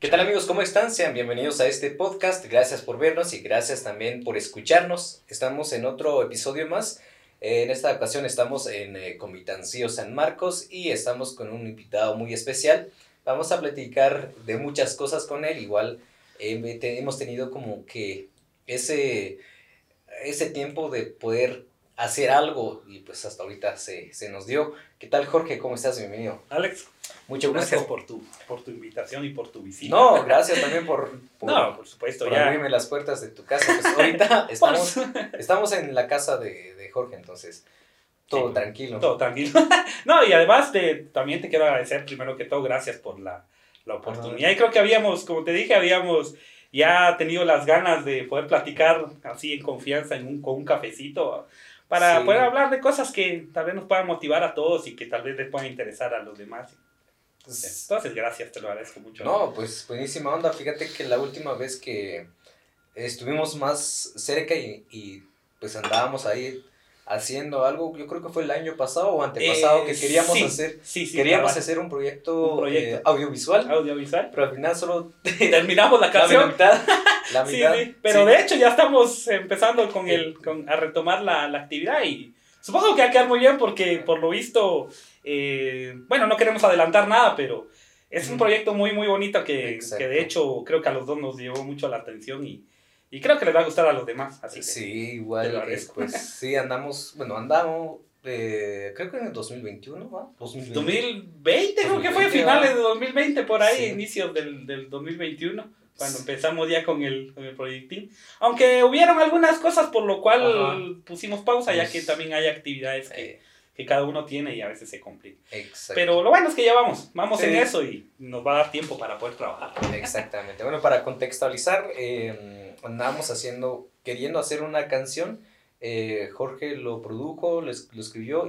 ¿Qué tal amigos? ¿Cómo están? Sean bienvenidos a este podcast. Gracias por vernos y gracias también por escucharnos. Estamos en otro episodio más. En esta ocasión estamos en Comitancio San Marcos y estamos con un invitado muy especial. Vamos a platicar de muchas cosas con él. Igual hemos tenido como que ese tiempo de poder hacer algo y pues hasta ahorita se nos dio. ¿Qué tal, Jorge? ¿Cómo estás? Bienvenido. Alex, muchas gracias por tu invitación y por tu visita. No, gracias también por supuesto, por ya abrirme las puertas de tu casa. Pues ahorita estamos en la casa de Jorge, entonces todo sí, tranquilo. Todo tranquilo. No, y además también te quiero agradecer primero que todo, gracias por la oportunidad. Y creo que como te dije, habíamos ya tenido las ganas de poder platicar así en confianza con un cafecito para poder hablar de cosas que tal vez nos puedan motivar a todos y que tal vez les puedan interesar a los demás. Entonces, gracias, te lo agradezco mucho. No, pues buenísima onda. Fíjate que la última vez que estuvimos más cerca y pues andábamos ahí haciendo algo, yo creo que fue el año pasado o antepasado, que queríamos hacer un proyecto audiovisual, pero al final solo terminamos la canción. La mitad. Sí. Pero de hecho ya estamos empezando a retomar la actividad y supongo que va a quedar muy bien porque por lo visto, no queremos adelantar nada, pero es un proyecto muy muy bonito que de hecho creo que a los dos nos llevó mucho la atención y creo que les va a gustar a los demás. Así que sí, igual, pues sí, andamos, creo que en el 2021, ¿va? 2020 creo que fue, finales de 2020, por ahí, inicios del 2021. Cuando empezamos ya con el proyectín. Aunque hubieron algunas cosas por lo cual pusimos pausa, ya que también hay actividades que cada uno tiene y a veces se complica. Exacto. Pero lo bueno es que ya vamos en eso y nos va a dar tiempo para poder trabajar. Exactamente. Bueno, para contextualizar, andábamos queriendo hacer una canción. Jorge lo produjo, lo escribió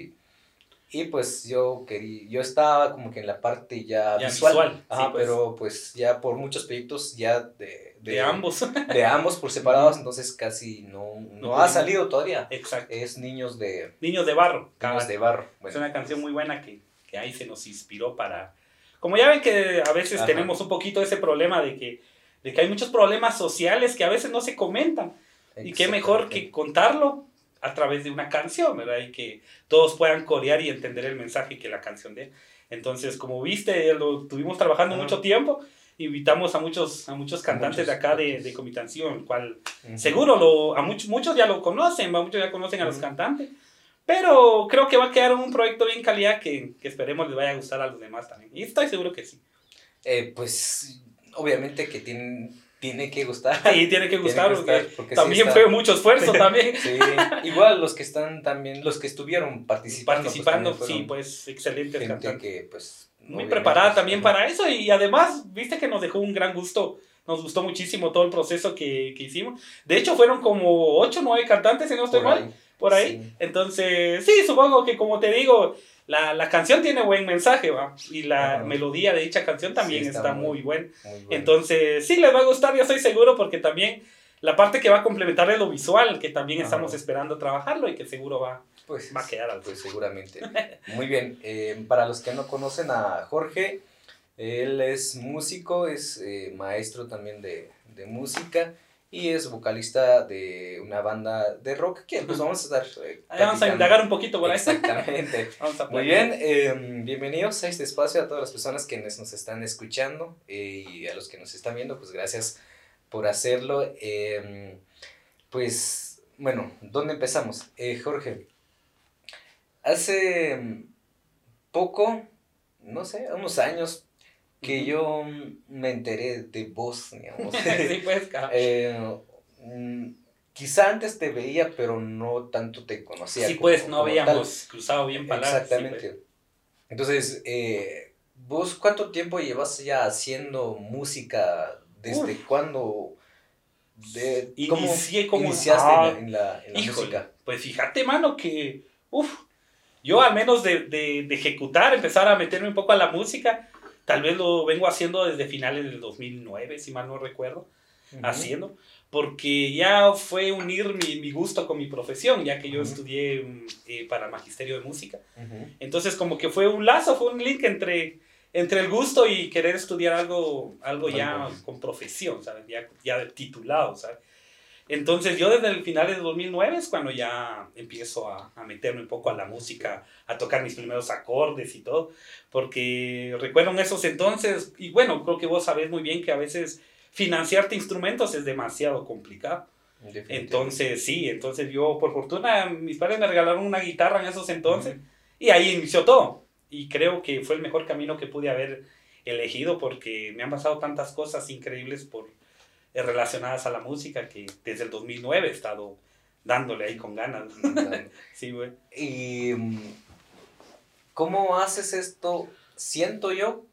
y pues yo estaba como que en la parte ya visual. Ajá, sí, pues. Pero pues ya por muchos proyectos ya de ambos. De ambos por separados, entonces casi no ha salido todavía. Exacto. Es Niños de Barro. Niños de Barro. Bueno. Es una canción muy buena que ahí se nos inspiró para... Como ya ven que a veces tenemos un poquito ese problema de que hay muchos problemas sociales que a veces no se comentan. Y qué mejor que contarlo a través de una canción, ¿verdad? Y que todos puedan corear y entender el mensaje que la canción dé. Entonces, como viste, lo estuvimos trabajando mucho tiempo. Invitamos a muchos cantantes de acá de Comitancio, el cual seguro muchos ya lo conocen, muchos ya conocen a los cantantes. Pero creo que va a quedar un proyecto bien calidad que esperemos les vaya a gustar a los demás también. Y estoy seguro que sí. Pues, obviamente que tiene que gustar. Sí, tiene que gustar porque también fue mucho esfuerzo también. Sí, igual los que estuvieron participando pues, sí, pues excelentes cantantes. Que, pues, muy preparada también para eso y además, viste que nos dejó un gran gusto. Nos gustó muchísimo todo el proceso que hicimos. De hecho, fueron como 8 o 9 cantantes, si no estoy mal, por ahí. Sí. Entonces, sí, supongo que como te digo, la canción tiene buen mensaje, ¿va? Y la melodía de dicha canción también está muy buena. Entonces, sí, les va a gustar, yo estoy seguro, porque también la parte que va a complementar es lo visual, que también estamos esperando trabajarlo y que seguro va a quedar algo. Pues seguramente. Muy bien. Para los que no conocen a Jorge, él es músico, es maestro también de música y es vocalista de una banda de rock que pues vamos a estar vamos a indagar un poquito por ahí. Exactamente. Muy bien, bienvenidos a este espacio a todas las personas que nos están escuchando y a los que nos están viendo, pues gracias por hacerlo. Pues bueno, ¿dónde empezamos? Jorge, hace poco, no sé, unos años que yo me enteré de vos, digamos. Sí, pues, quizá antes te veía, pero no tanto te conocía. Sí, pues, no habíamos cruzado bien palabras. Exactamente. Sí, pues. Entonces, ¿vos cuánto tiempo llevas ya haciendo música? ¿Desde cuándo? ¿Cómo iniciaste en la música? Pues fíjate, mano, que yo al menos de ejecutar, empezar a meterme un poco a la música, tal vez lo vengo haciendo desde finales del 2009, si mal no recuerdo, haciendo, porque ya fue unir mi gusto con mi profesión, ya que yo estudié para magisterio de música. Entonces como que fue un lazo, fue un link entre entre el gusto y querer estudiar algo ya con profesión, ¿sabes? Ya titulado, ¿sabes? Entonces yo desde el final de 2009 es cuando ya empiezo a meterme un poco a la música, a tocar mis primeros acordes y todo, porque recuerdo en esos entonces, y bueno, creo que vos sabés muy bien que a veces financiarte instrumentos es demasiado complicado. Entonces sí, entonces yo por fortuna mis padres me regalaron una guitarra en esos entonces y ahí inició todo. Y creo que fue el mejor camino que pude haber elegido porque me han pasado tantas cosas increíbles relacionadas a la música que desde el 2009 he estado dándole ahí con ganas. Sí, güey. ¿Y cómo haces esto? Siento yo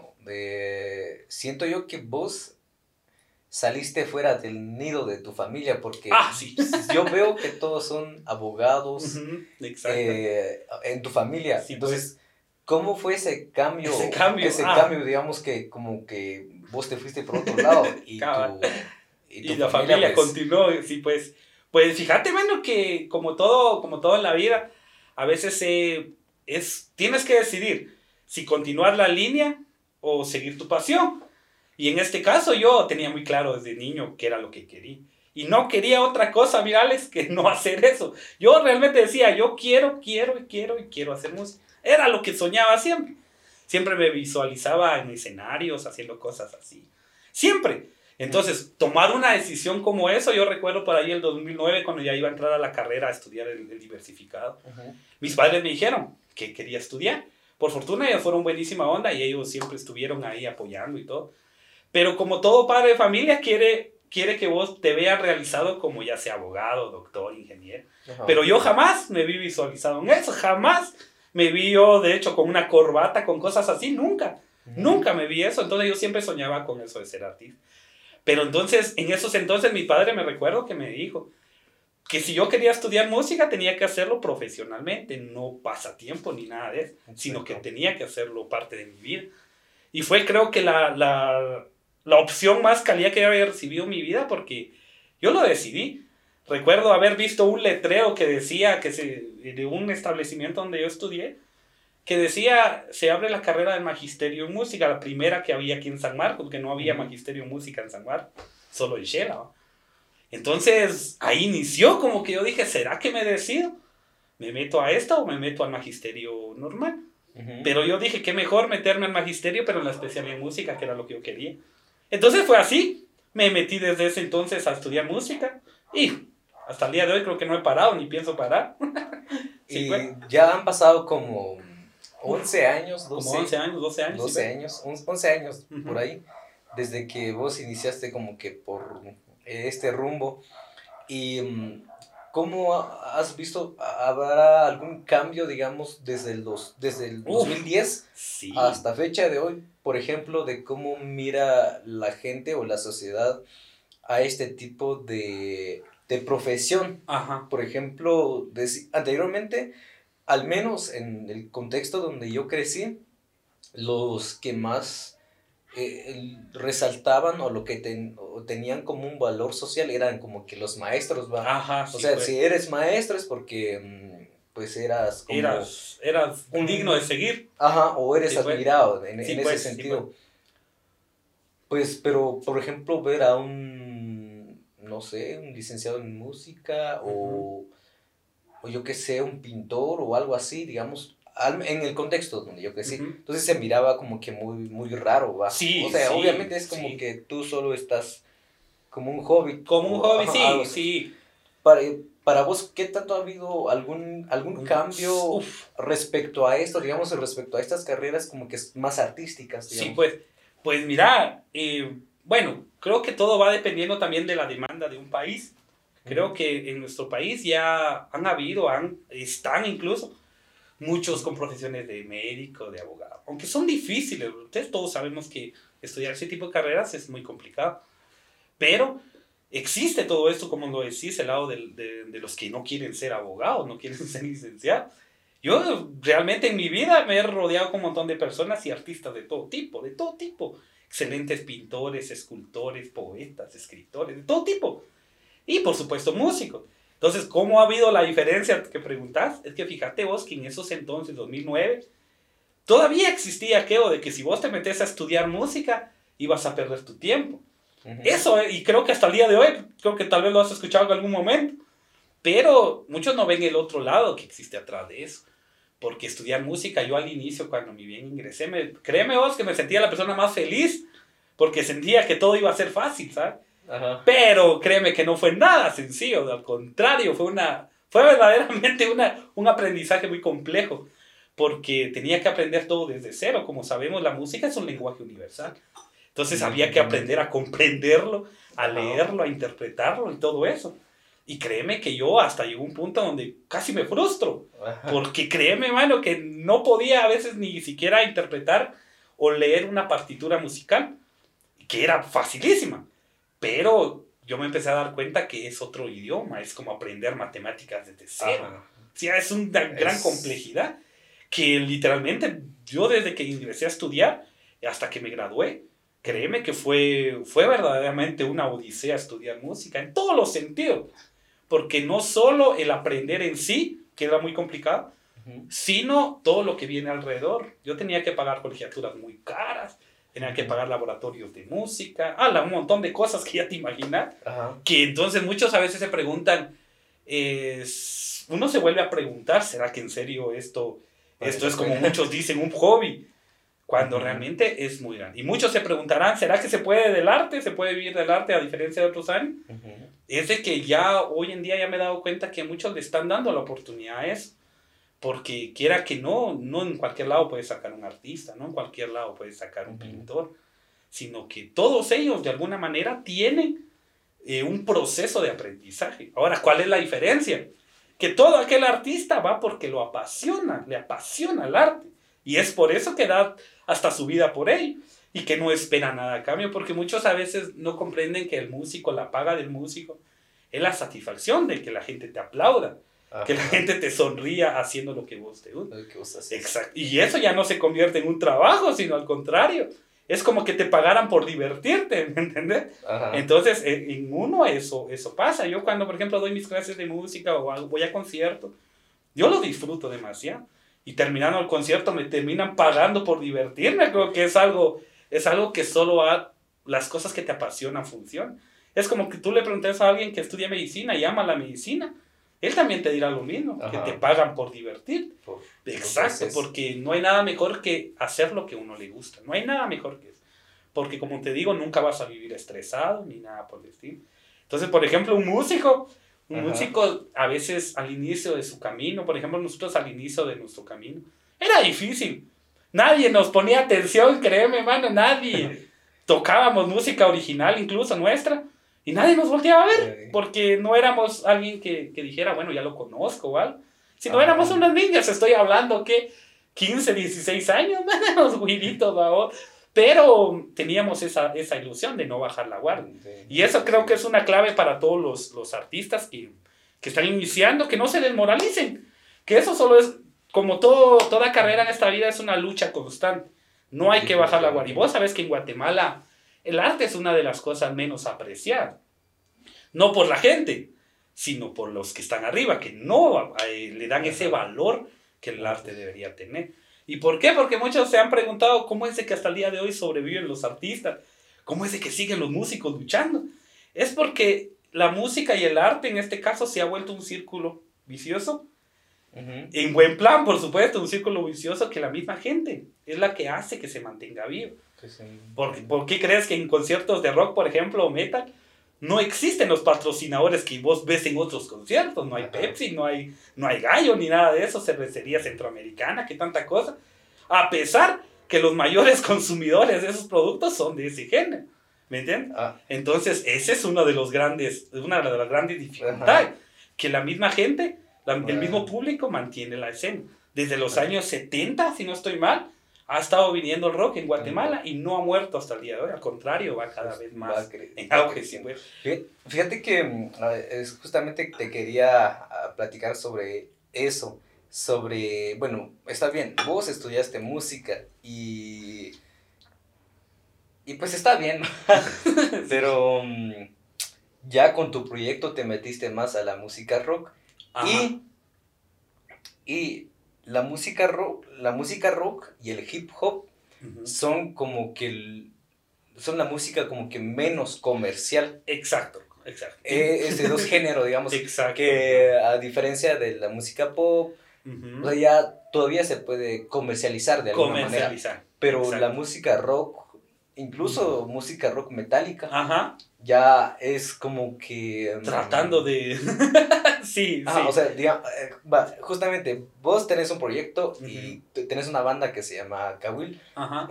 que vos saliste fuera del nido de tu familia porque sí. Yo veo que todos son abogados en tu familia. Sí, entonces, pues, ¿cómo fue ese cambio? Ese cambio, digamos que como que vos te fuiste por otro lado y la familia pues continuó. Sí, pues fíjate, mano, que como todo en la vida, a veces tienes que decidir si continuar la línea o seguir tu pasión. Y en este caso yo tenía muy claro desde niño qué era lo que quería. Y no quería otra cosa, mira, Alex, que no hacer eso. Yo realmente decía, yo quiero hacer música. Era lo que soñaba siempre. Siempre me visualizaba en escenarios haciendo cosas así. Siempre. Entonces, tomar una decisión como eso, yo recuerdo por ahí el 2009 cuando ya iba a entrar a la carrera a estudiar el diversificado. Mis padres me dijeron que quería estudiar. Por fortuna ellos fueron buenísima onda y ellos siempre estuvieron ahí apoyando y todo. Pero como todo padre de familia quiere que vos te veas realizado como ya sea abogado, doctor, ingeniero. Pero yo jamás me vi visualizado en eso, jamás me vi yo, de hecho, con una corbata, con cosas así, nunca me vi eso. Entonces yo siempre soñaba con eso de ser artista. Pero entonces, en esos entonces, mi padre me recuerdo que me dijo que si yo quería estudiar música tenía que hacerlo profesionalmente, no pasatiempo ni nada de eso, sino que tenía que hacerlo parte de mi vida. Y fue, creo que la opción más cálida que había recibido en mi vida, porque yo lo decidí. Recuerdo haber visto un letrero que decía, de un establecimiento donde yo estudié, que decía, se abre la carrera de magisterio en música, la primera que había aquí en San Marcos, porque no había magisterio en música en San Marcos, solo en Shela, ¿no? Entonces, ahí inició como que yo dije, ¿será que me decido? ¿Me meto a esta o me meto al magisterio normal? Pero yo dije, qué mejor meterme al magisterio, pero en la especialidad en música, que era lo que yo quería. Entonces fue así. Me metí desde ese entonces a estudiar música y hasta el día de hoy creo que no he parado ni pienso parar. Sí, y pues, ya han pasado como 11 años, 12, como 11 años, 12 años. 12 años, 11 años por ahí, desde que vos iniciaste como que por este rumbo. Y ¿cómo has visto? ¿Habrá algún cambio, digamos, desde el 2010 sí, hasta fecha de hoy? Por ejemplo, de cómo mira la gente o la sociedad a este tipo de profesión. Por ejemplo, anteriormente, al menos en el contexto donde yo crecí, los que más resaltaban o lo que tenían como un valor social eran como que los maestros, ¿va? O sea, si eres maestro es porque pues eras como eras un digno de seguir. O eres admirado en ese sentido. Pues, pero por ejemplo, ver a un licenciado en música o yo qué sé, un pintor o algo así, digamos, en el contexto donde yo crecí. Entonces se miraba como que muy, muy raro, ¿va? Sí, o sea, obviamente es como que tú solo estás como un hobby. Como un hobby, sí. Para vos, ¿qué tanto ha habido algún cambio respecto a esto, digamos, respecto a estas carreras como que más artísticas, digamos? Sí, pues mira, bueno, creo que todo va dependiendo también de la demanda de un país. Creo que en nuestro país ya están incluso muchos con profesiones de médico, de abogado, aunque son difíciles. Ustedes todos sabemos que estudiar ese tipo de carreras es muy complicado, pero existe todo esto, como lo decís, el lado de los que no quieren ser abogados, no quieren ser licenciados. Yo realmente en mi vida me he rodeado con un montón de personas y artistas de todo tipo, excelentes pintores, escultores, poetas, escritores, de todo tipo, y por supuesto músicos. Entonces, ¿cómo ha habido la diferencia que preguntás? Es que fíjate vos que en esos entonces, 2009, todavía existía aquello de que si vos te metes a estudiar música, ibas a perder tu tiempo. Eso, y creo que hasta el día de hoy, creo que tal vez lo has escuchado en algún momento, pero muchos no ven el otro lado que existe atrás de eso. Porque estudiar música, yo al inicio, cuando mi bien ingresé, créeme vos que me sentía la persona más feliz, porque sentía que todo iba a ser fácil, ¿sabes? Ajá. Pero créeme que no fue nada sencillo, al contrario, fue verdaderamente un aprendizaje muy complejo, porque tenía que aprender todo desde cero. Como sabemos, la música es un lenguaje universal. Entonces había que aprender a comprenderlo, a leerlo, a interpretarlo y todo eso. Y créeme que yo hasta llegó un punto donde casi me frustro. Porque créeme, mano, que no podía a veces ni siquiera interpretar o leer una partitura musical, que era facilísima. Pero yo me empecé a dar cuenta que es otro idioma, es como aprender matemáticas desde cero. O sea, es una gran complejidad que literalmente yo desde que ingresé a estudiar hasta que me gradué, créeme que fue verdaderamente una odisea estudiar música en todos los sentidos. Porque no solo el aprender en sí, que era muy complicado, sino todo lo que viene alrededor. Yo tenía que pagar colegiaturas muy caras, tenía que pagar laboratorios de música, un montón de cosas que ya te imaginas. Que entonces muchos a veces se preguntan, uno se vuelve a preguntar, ¿será que en serio esto es como muchos dicen, un hobby? Cuando realmente es muy grande. Y muchos se preguntarán, ¿será que se puede del arte? ¿Se puede vivir del arte a diferencia de otros años? Es de que ya hoy en día ya me he dado cuenta que muchos le están dando la oportunidad a eso. Porque quiera que no en cualquier lado puedes sacar un artista, no en cualquier lado puedes sacar un pintor. Sino que todos ellos de alguna manera tienen un proceso de aprendizaje. Ahora, ¿cuál es la diferencia? Que todo aquel artista va porque lo apasiona, le apasiona el arte. Y es por eso que da hasta su vida por él. Y que no espera nada a cambio, porque muchos a veces no comprenden que el músico, la paga del músico, es la satisfacción de que la gente te aplauda, que la gente te sonría haciendo lo que vos te gusta. Exacto. Y eso ya no se convierte en un trabajo, sino al contrario. Es como que te pagaran por divertirte, ¿me entiendes? Entonces, en uno eso pasa. Yo cuando, por ejemplo, doy mis clases de música o voy a conciertos, yo lo disfruto demasiado. Y terminando el concierto me terminan pagando por divertirme. Creo que es algo que solo las cosas que te apasionan funcionan. Es como que tú le preguntes a alguien que estudia medicina y ama la medicina. Él también te dirá lo mismo, que te pagan por divertir. Exacto, porque no hay nada mejor que hacer lo que a uno le gusta. No hay nada mejor que eso. Porque como te digo, nunca vas a vivir estresado ni nada por el estilo. Entonces, por ejemplo, un músico a veces al inicio de su camino, por ejemplo, nosotros al inicio de nuestro camino, era difícil. Nadie nos ponía atención, créeme, mano, nadie. Tocábamos música original, incluso nuestra, y nadie nos volteaba a ver, porque no éramos alguien que dijera, bueno, ya lo conozco o algo. Si no éramos unos niños, estoy hablando que 15, 16 años, unos güiritos, ¿no? Pero teníamos esa ilusión de no bajar la guardia. Y eso creo que es una clave para todos los artistas que están iniciando, que no se desmoralicen. Que eso solo es, como toda carrera en esta vida, es una lucha constante. No hay que bajar la guardia. Y vos sabés que en Guatemala el arte es una de las cosas menos apreciadas. No por la gente, sino por los que están arriba, que no le dan ese valor que el arte debería tener. ¿Y por qué? Porque muchos se han preguntado cómo es de que hasta el día de hoy sobreviven los artistas, cómo es de que siguen los músicos luchando. Es porque la música y el arte en este caso se ha vuelto un círculo vicioso. En buen plan, por supuesto, un círculo vicioso que la misma gente es la que hace que se mantenga vivo. Sí. ¿Por qué crees que en conciertos de rock, por ejemplo, o metal, no existen los patrocinadores que vos ves en otros conciertos? No hay Pepsi, no hay Gallo, ni nada de eso, cervecería centroamericana, que tanta cosa. A pesar que los mayores consumidores de esos productos son de ese género. ¿Me entiendes? Entonces, ese es una de las grandes dificultades. Que la misma gente, el mismo público mantiene la escena. Desde los años 70, si no estoy mal, ha estado viniendo el rock en Guatemala y no ha muerto hasta el día de hoy. Al contrario, va cada vez más en auge. Fíjate que justamente te quería platicar sobre eso. Bueno, está bien, vos estudiaste música y pues está bien, pero ya con tu proyecto te metiste más a la música rock. Y la música rock y el hip hop son como que son la música como que menos comercial. Exacto. Es de dos géneros, digamos. Exacto. Que a diferencia de la música pop, o sea, ya todavía se puede comercializar de alguna manera. Pero exacto. La música rock, incluso música rock metálica, ya es como que... tratando de... sí. O sea, digamos, justamente vos tenés un proyecto y tenés una banda que se llama Kawil.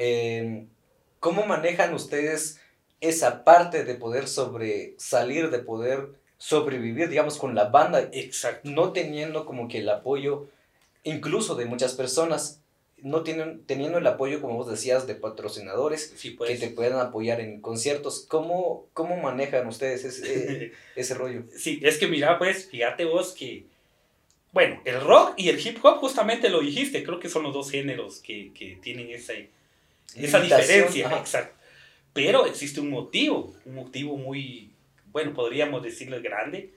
¿Cómo manejan ustedes esa parte de poder sobresalir, de poder sobrevivir, digamos, con la banda? Exacto. No teniendo como que el apoyo, incluso de muchas personas, no teniendo el apoyo, como vos decías, de patrocinadores, sí, pues, que te puedan apoyar en conciertos. ¿Cómo manejan ustedes ese rollo? Sí, es que mira, pues, fíjate vos que, bueno, el rock y el hip hop justamente lo dijiste, creo que son los dos géneros que tienen esa diferencia. Exacto. Pero existe un motivo muy, bueno, podríamos decirlo grande.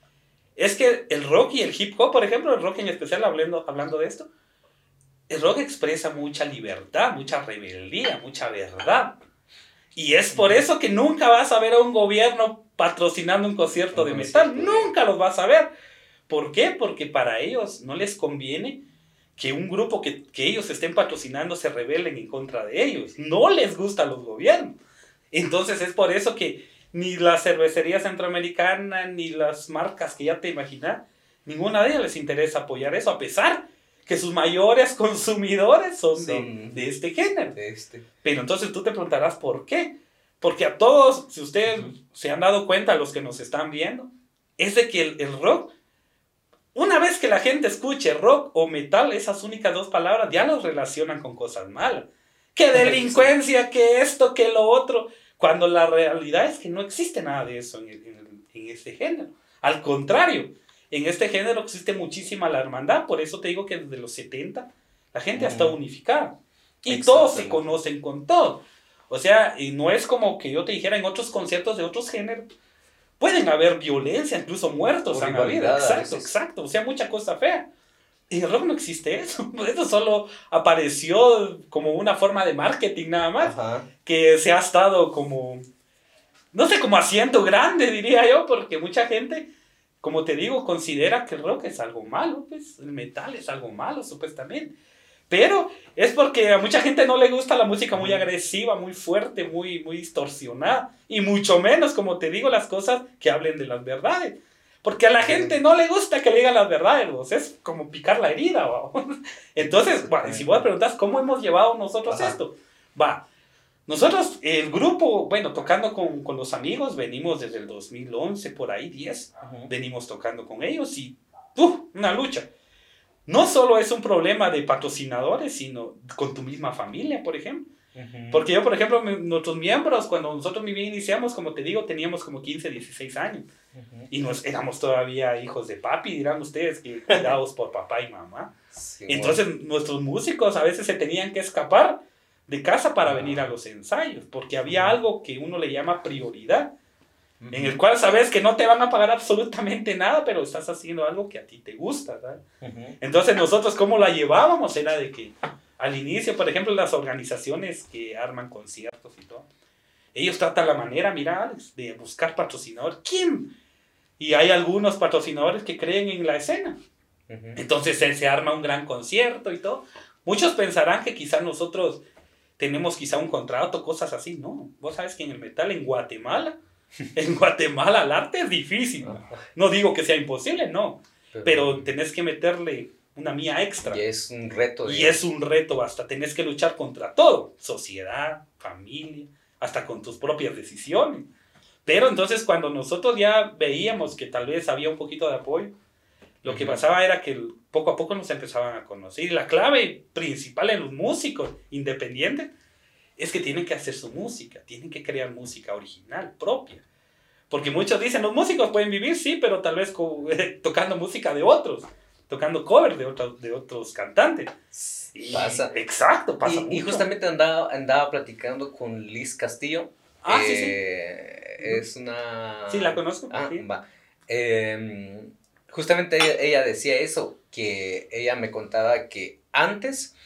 Es que el rock y el hip hop, por ejemplo, el rock en especial, hablando de esto, el rock expresa mucha libertad, mucha rebeldía, mucha verdad. Y es por eso que nunca vas a ver a un gobierno patrocinando un concierto de metal. Nunca los vas a ver. ¿Por qué? Porque para ellos no les conviene que un grupo que ellos estén patrocinando se rebelen en contra de ellos. No les gustan los gobiernos. Entonces es por eso que ni la cervecería centroamericana, ni las marcas que ya te imaginas, ninguna de ellas les interesa apoyar eso, a pesar que sus mayores consumidores son de este género. Pero entonces tú te preguntarás ¿por qué? Porque a todos, si ustedes se han dado cuenta, los que nos están viendo, es de que el rock, una vez que la gente escuche rock o metal, esas únicas dos palabras ya los relacionan con cosas malas. Que delincuencia, que esto, que lo otro. Cuando la realidad es que no existe nada de eso en este género. Al contrario, en este género existe muchísima la hermandad. Por eso te digo que desde los 70 la gente ha estado unificada. Y todos se conocen con todo. O sea, y no es como que yo te dijera en otros conciertos de otros géneros. Pueden haber violencia, incluso muertos han habido. Exacto. O sea, mucha cosa fea. En el rock no existe eso. Eso solo apareció como una forma de marketing nada más. Que se ha estado como, no sé, como asiento grande, diría yo, porque mucha gente, como te digo, considera que el rock es algo malo, pues el metal es algo malo, supuestamente. Pero es porque a mucha gente no le gusta la música muy agresiva, muy fuerte, muy distorsionada. Y mucho menos, como te digo, las cosas que hablen de las verdades. Porque a la gente no le gusta que le digan las verdades, ¿vos? Es como picar la herida, ¿va? Entonces, bueno, si vos preguntas cómo hemos llevado nosotros esto, nosotros, el grupo, bueno, tocando con los amigos, venimos desde el 2011, por ahí, 10, venimos tocando con ellos y, una lucha. No solo es un problema de patrocinadores, sino con tu misma familia, por ejemplo. Porque yo, por ejemplo, nuestros miembros, cuando nosotros iniciamos, como te digo, teníamos como 15, 16 años. Y éramos todavía hijos de papi, dirán ustedes, que cuidados por papá y mamá. Sí, entonces, nuestros músicos a veces se tenían que escapar de casa para venir a los ensayos, porque había algo que uno le llama prioridad, en el cual sabes que no te van a pagar absolutamente nada, pero estás haciendo algo que a ti te gusta, ¿verdad? Entonces, nosotros, ¿cómo la llevábamos? Era de que al inicio, por ejemplo, las organizaciones que arman conciertos y todo, ellos tratan la manera, mira, Alex, de buscar patrocinadores. ¿Quién? Y hay algunos patrocinadores que creen en la escena. Entonces se arma un gran concierto y todo. Muchos pensarán que quizás nosotros tenemos quizá un contrato, cosas así. No, vos sabes que en el metal, en Guatemala el arte es difícil. No digo que sea imposible, no. Pero tenés que meterle una mía extra. Y es un reto. Y es un reto, hasta tenés que luchar contra todo. Sociedad, familia, hasta con tus propias decisiones. Pero entonces cuando nosotros ya veíamos que tal vez había un poquito de apoyo, lo que pasaba era que poco a poco nos empezaban a conocer. Y la clave principal en los músicos independientes es que tienen que hacer su música, tienen que crear música original, propia. Porque muchos dicen, los músicos pueden vivir, sí, pero tal vez tocando música de otros, tocando covers de otros cantantes. Pasa. Exacto, pasa mucho. Y justamente andaba platicando con Liz Castillo. Sí. Es una... Sí, la conozco. Sí. Justamente ella decía eso, que ella me contaba que antes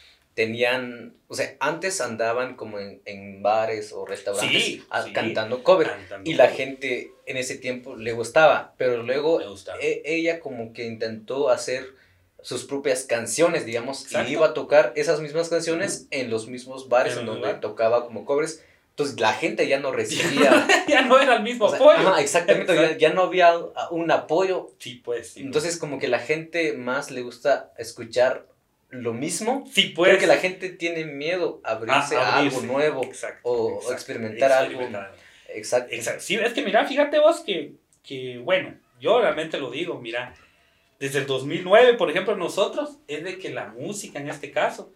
antes andaban como en bares o restaurantes Sí, sí, cantando cover, cantando y la cover. gente en ese tiempo le gustaba, pero luego Le gustaba. ella como que intentó hacer sus propias canciones, digamos, Exacto. y iba a tocar esas mismas canciones en los mismos bares en donde tocaba como covers. Entonces la gente ya no recibía... Ya no era el mismo o sea, apoyo. ajá, exactamente, ya no había un apoyo. Sí, pues. Sí, Entonces como que la gente más le gusta escuchar lo mismo. sí, pues. Creo que la gente tiene miedo a abrirse a algo nuevo. Exacto, o experimentar algo. Exacto. Sí, es que mira, fíjate vos que bueno, yo realmente lo digo, mira, desde el 2009, por ejemplo, nosotros, es de que la música en este caso,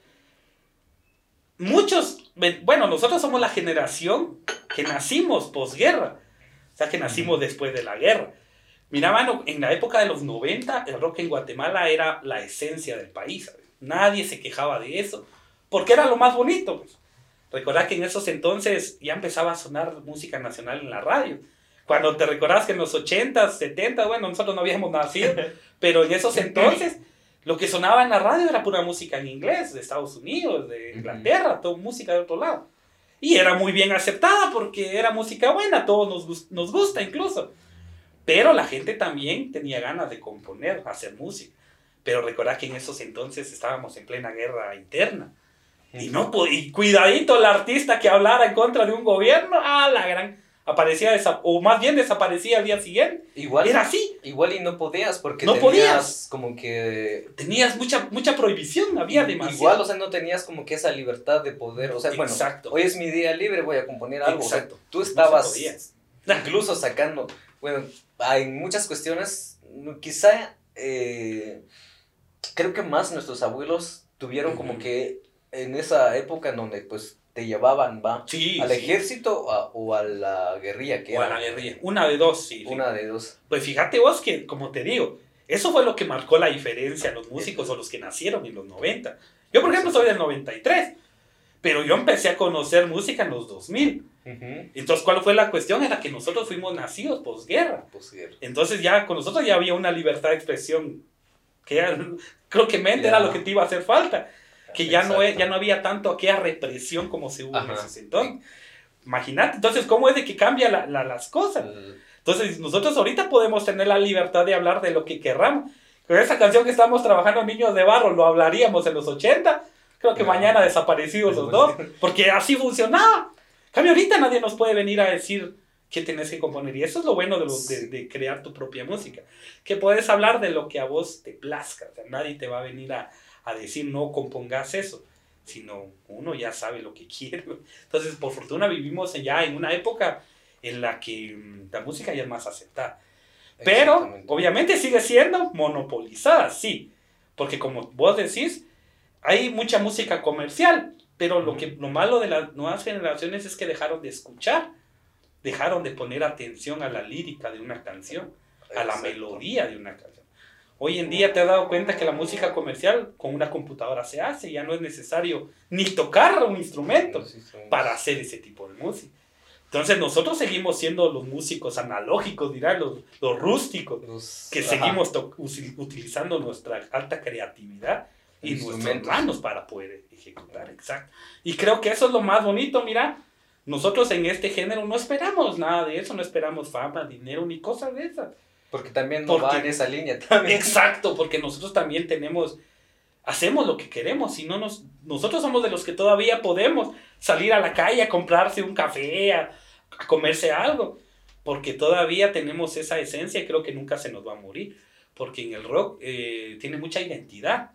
nosotros somos la generación que nacimos posguerra, o sea, que nacimos después de la guerra. Mira, mano, en la época de los 90, el rock en Guatemala era la esencia del país, ¿sabes? Nadie se quejaba de eso, porque era lo más bonito, pues. Recordad que en esos entonces ya empezaba a sonar música nacional en la radio. Cuando te recordás que en los 80s, 70s, bueno, nosotros no habíamos nacido, pero en esos entonces lo que sonaba en la radio era pura música en inglés, de Estados Unidos, de Inglaterra, toda música de otro lado. Y era muy bien aceptada porque era música buena, a todos nos gusta incluso. Pero la gente también tenía ganas de componer, hacer música. Pero recordad que en esos entonces estábamos en plena guerra interna. Y cuidadito el artista que hablara en contra de un gobierno, la gran, o más bien desaparecía al día siguiente. Igual, era así. Igual y no podías porque no podías. Como que... Tenías mucha prohibición, había demasiado. Igual, o sea, no tenías como que esa libertad de poder, o sea, exacto. Bueno, hoy es mi día libre, voy a componer algo. Exacto. O sea, tú estabas incluso sacando, bueno, hay muchas cuestiones, quizá, creo que más nuestros abuelos tuvieron como que en esa época en donde pues te llevaban al ejército o a la guerrilla. A la guerrilla. Una de dos, sí. Una de dos. Pues fíjate vos que, como te digo, eso fue lo que marcó la diferencia a los músicos o los que nacieron en los 90. Yo, por ejemplo, soy del 93, pero yo empecé a conocer música en los 2000. Entonces, ¿cuál fue la cuestión? Era que nosotros fuimos nacidos posguerra. Entonces, ya con nosotros ya había una libertad de expresión que creo que era lo que te iba a hacer falta. Que ya no había tanto aquella represión como se hubo en ese entonces. Imagínate, entonces, ¿cómo es de que cambia las cosas? Entonces, nosotros ahorita podemos tener la libertad de hablar de lo que querramos. Con esa canción que estamos trabajando, Niños de Barro, lo hablaríamos en los 80. Creo que mañana desaparecidos los dos, porque así funcionaba. En cambio, ahorita nadie nos puede venir a decir qué tenés que componer. Y eso es lo bueno de crear tu propia música. Que puedes hablar de lo que a vos te plazca. O sea, nadie te va a venir a decir no compongas eso, sino uno ya sabe lo que quiere. Entonces, por fortuna vivimos ya en una época en la que la música ya es más aceptada. Pero, obviamente sigue siendo monopolizada, sí. Porque como vos decís, hay mucha música comercial, pero lo malo de las nuevas generaciones es que dejaron de escuchar, dejaron de poner atención a la lírica de una canción, a la melodía de una canción. Hoy en día te has dado cuenta que la música comercial con una computadora se hace, ya no es necesario ni tocar un instrumento para hacer ese tipo de música. Entonces nosotros seguimos siendo los músicos analógicos, dirán, los rústicos, que seguimos utilizando nuestra alta creatividad y nuestras manos para poder ejecutar, exacto. Y creo que eso es lo más bonito, mira, nosotros en este género no esperamos nada de eso, no esperamos fama, dinero, ni cosas de esas. Porque también no va en esa línea también. Exacto, porque nosotros también hacemos lo que queremos, y nosotros somos de los que todavía podemos salir a la calle a comprarse un café, a comerse algo, porque todavía tenemos esa esencia y creo que nunca se nos va a morir, porque en el rock tiene mucha identidad.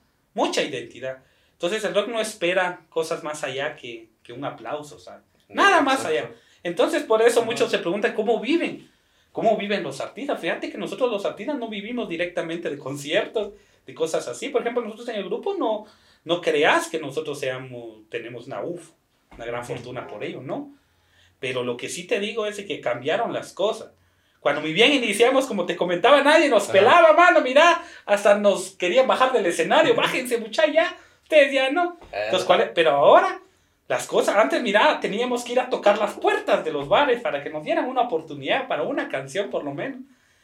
Entonces el rock no espera cosas más allá que un aplauso, ¿sabes? Nada más allá. Entonces por eso muchos se preguntan cómo viven los artistas. Fíjate que nosotros los artistas no vivimos directamente de conciertos, de cosas así. Por ejemplo, nosotros en el grupo no creas que nosotros tenemos una gran fortuna por ello, ¿no? Pero lo que sí te digo es que cambiaron las cosas. Cuando muy bien iniciamos, como te comentaba, nadie nos pelaba, mano, mira, hasta nos querían bajar del escenario, bájense, muchachos, ya, ustedes ya no. Entonces, pero ahora, las cosas, antes, mira, teníamos que ir a tocar las puertas de los bares para que nos dieran una oportunidad para una canción, por lo menos.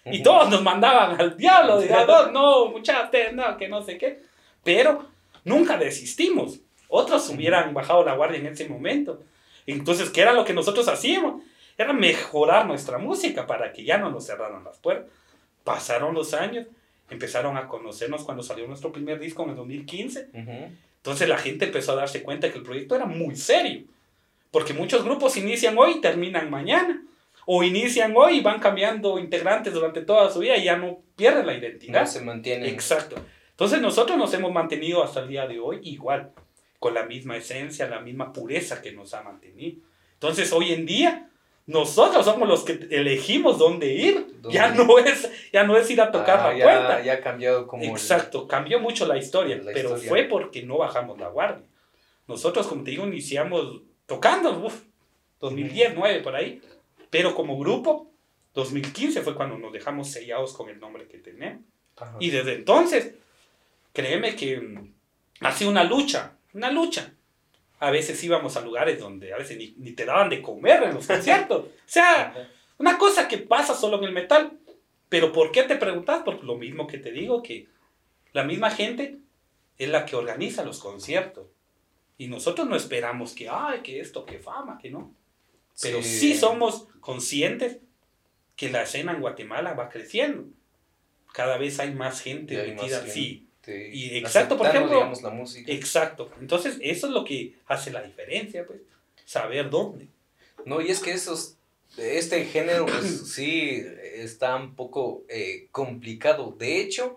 Y todos nos mandaban al diablo, no, muchachos, no, que no sé qué. Pero nunca desistimos. Otros hubieran bajado la guardia en ese momento. Entonces, ¿qué era lo que nosotros hacíamos? Era mejorar nuestra música para que ya no nos cerraran las puertas. Pasaron los años, empezaron a conocernos cuando salió nuestro primer disco en el 2015. Entonces la gente empezó a darse cuenta que el proyecto era muy serio. Porque muchos grupos inician hoy y terminan mañana. O inician hoy y van cambiando integrantes durante toda su vida y ya no pierden la identidad. No se mantienen. Exacto. Entonces nosotros nos hemos mantenido hasta el día de hoy igual, con la misma esencia, la misma pureza que nos ha mantenido. Entonces hoy en día nosotros somos los que elegimos dónde ir. Ya no es ir a tocar la puerta. Ya ha cambiado como... Exacto, cambió mucho la historia, pero fue porque no bajamos la guardia. Nosotros, como te digo, iniciamos tocando, 2010, 2009 por ahí, pero como grupo, 2015 fue cuando nos dejamos sellados con el nombre que tenemos. Ajá. Y desde entonces, créeme que ha sido una lucha. A veces íbamos a lugares donde a veces ni te daban de comer en los conciertos. O sea, una cosa que pasa solo en el metal. Pero ¿por qué te preguntas? Por lo mismo que te digo, que la misma gente es la que organiza los conciertos. Y nosotros no esperamos que esto, que fama, que no. Pero sí somos conscientes que la escena en Guatemala va creciendo. Cada vez hay más gente metida. Sí. Y exacto, por ejemplo, digamos, la música. Exacto. Entonces, eso es lo que hace la diferencia, pues. Saber dónde. No, y es que este género, pues sí, está un poco complicado. De hecho,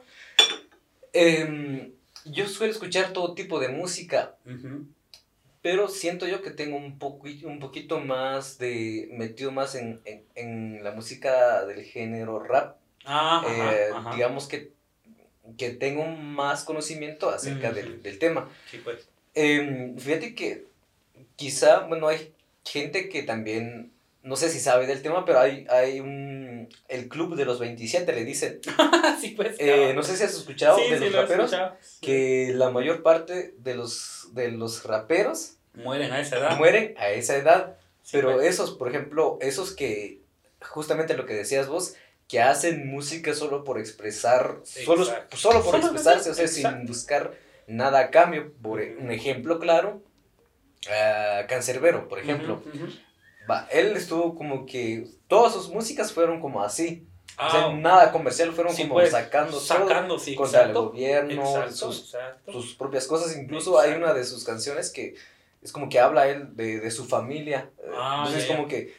yo suelo escuchar todo tipo de música, pero siento yo que tengo un poquito más metido más en la música del género rap. Digamos que tengo más conocimiento acerca del tema. Sí, pues. Fíjate que quizá, bueno, hay gente que también, no sé si sabe del tema, pero hay el Club de los 27, le dicen. Sí, pues. No sé si has escuchado de los raperos, que la mayor parte de los raperos mueren a esa edad. Sí, pero pues. esos, por ejemplo, esos que, justamente lo que decías vos, que hacen música solo por expresar, solo por expresarse, o sea, sin buscar nada a cambio. Por un ejemplo claro, Canserbero, por ejemplo. Él estuvo como que todas sus músicas fueron como así. O sea, nada comercial, fueron como pues, sacando contra el gobierno, sus propias cosas. Incluso hay una de sus canciones que es como que habla él de su familia. Entonces, como que,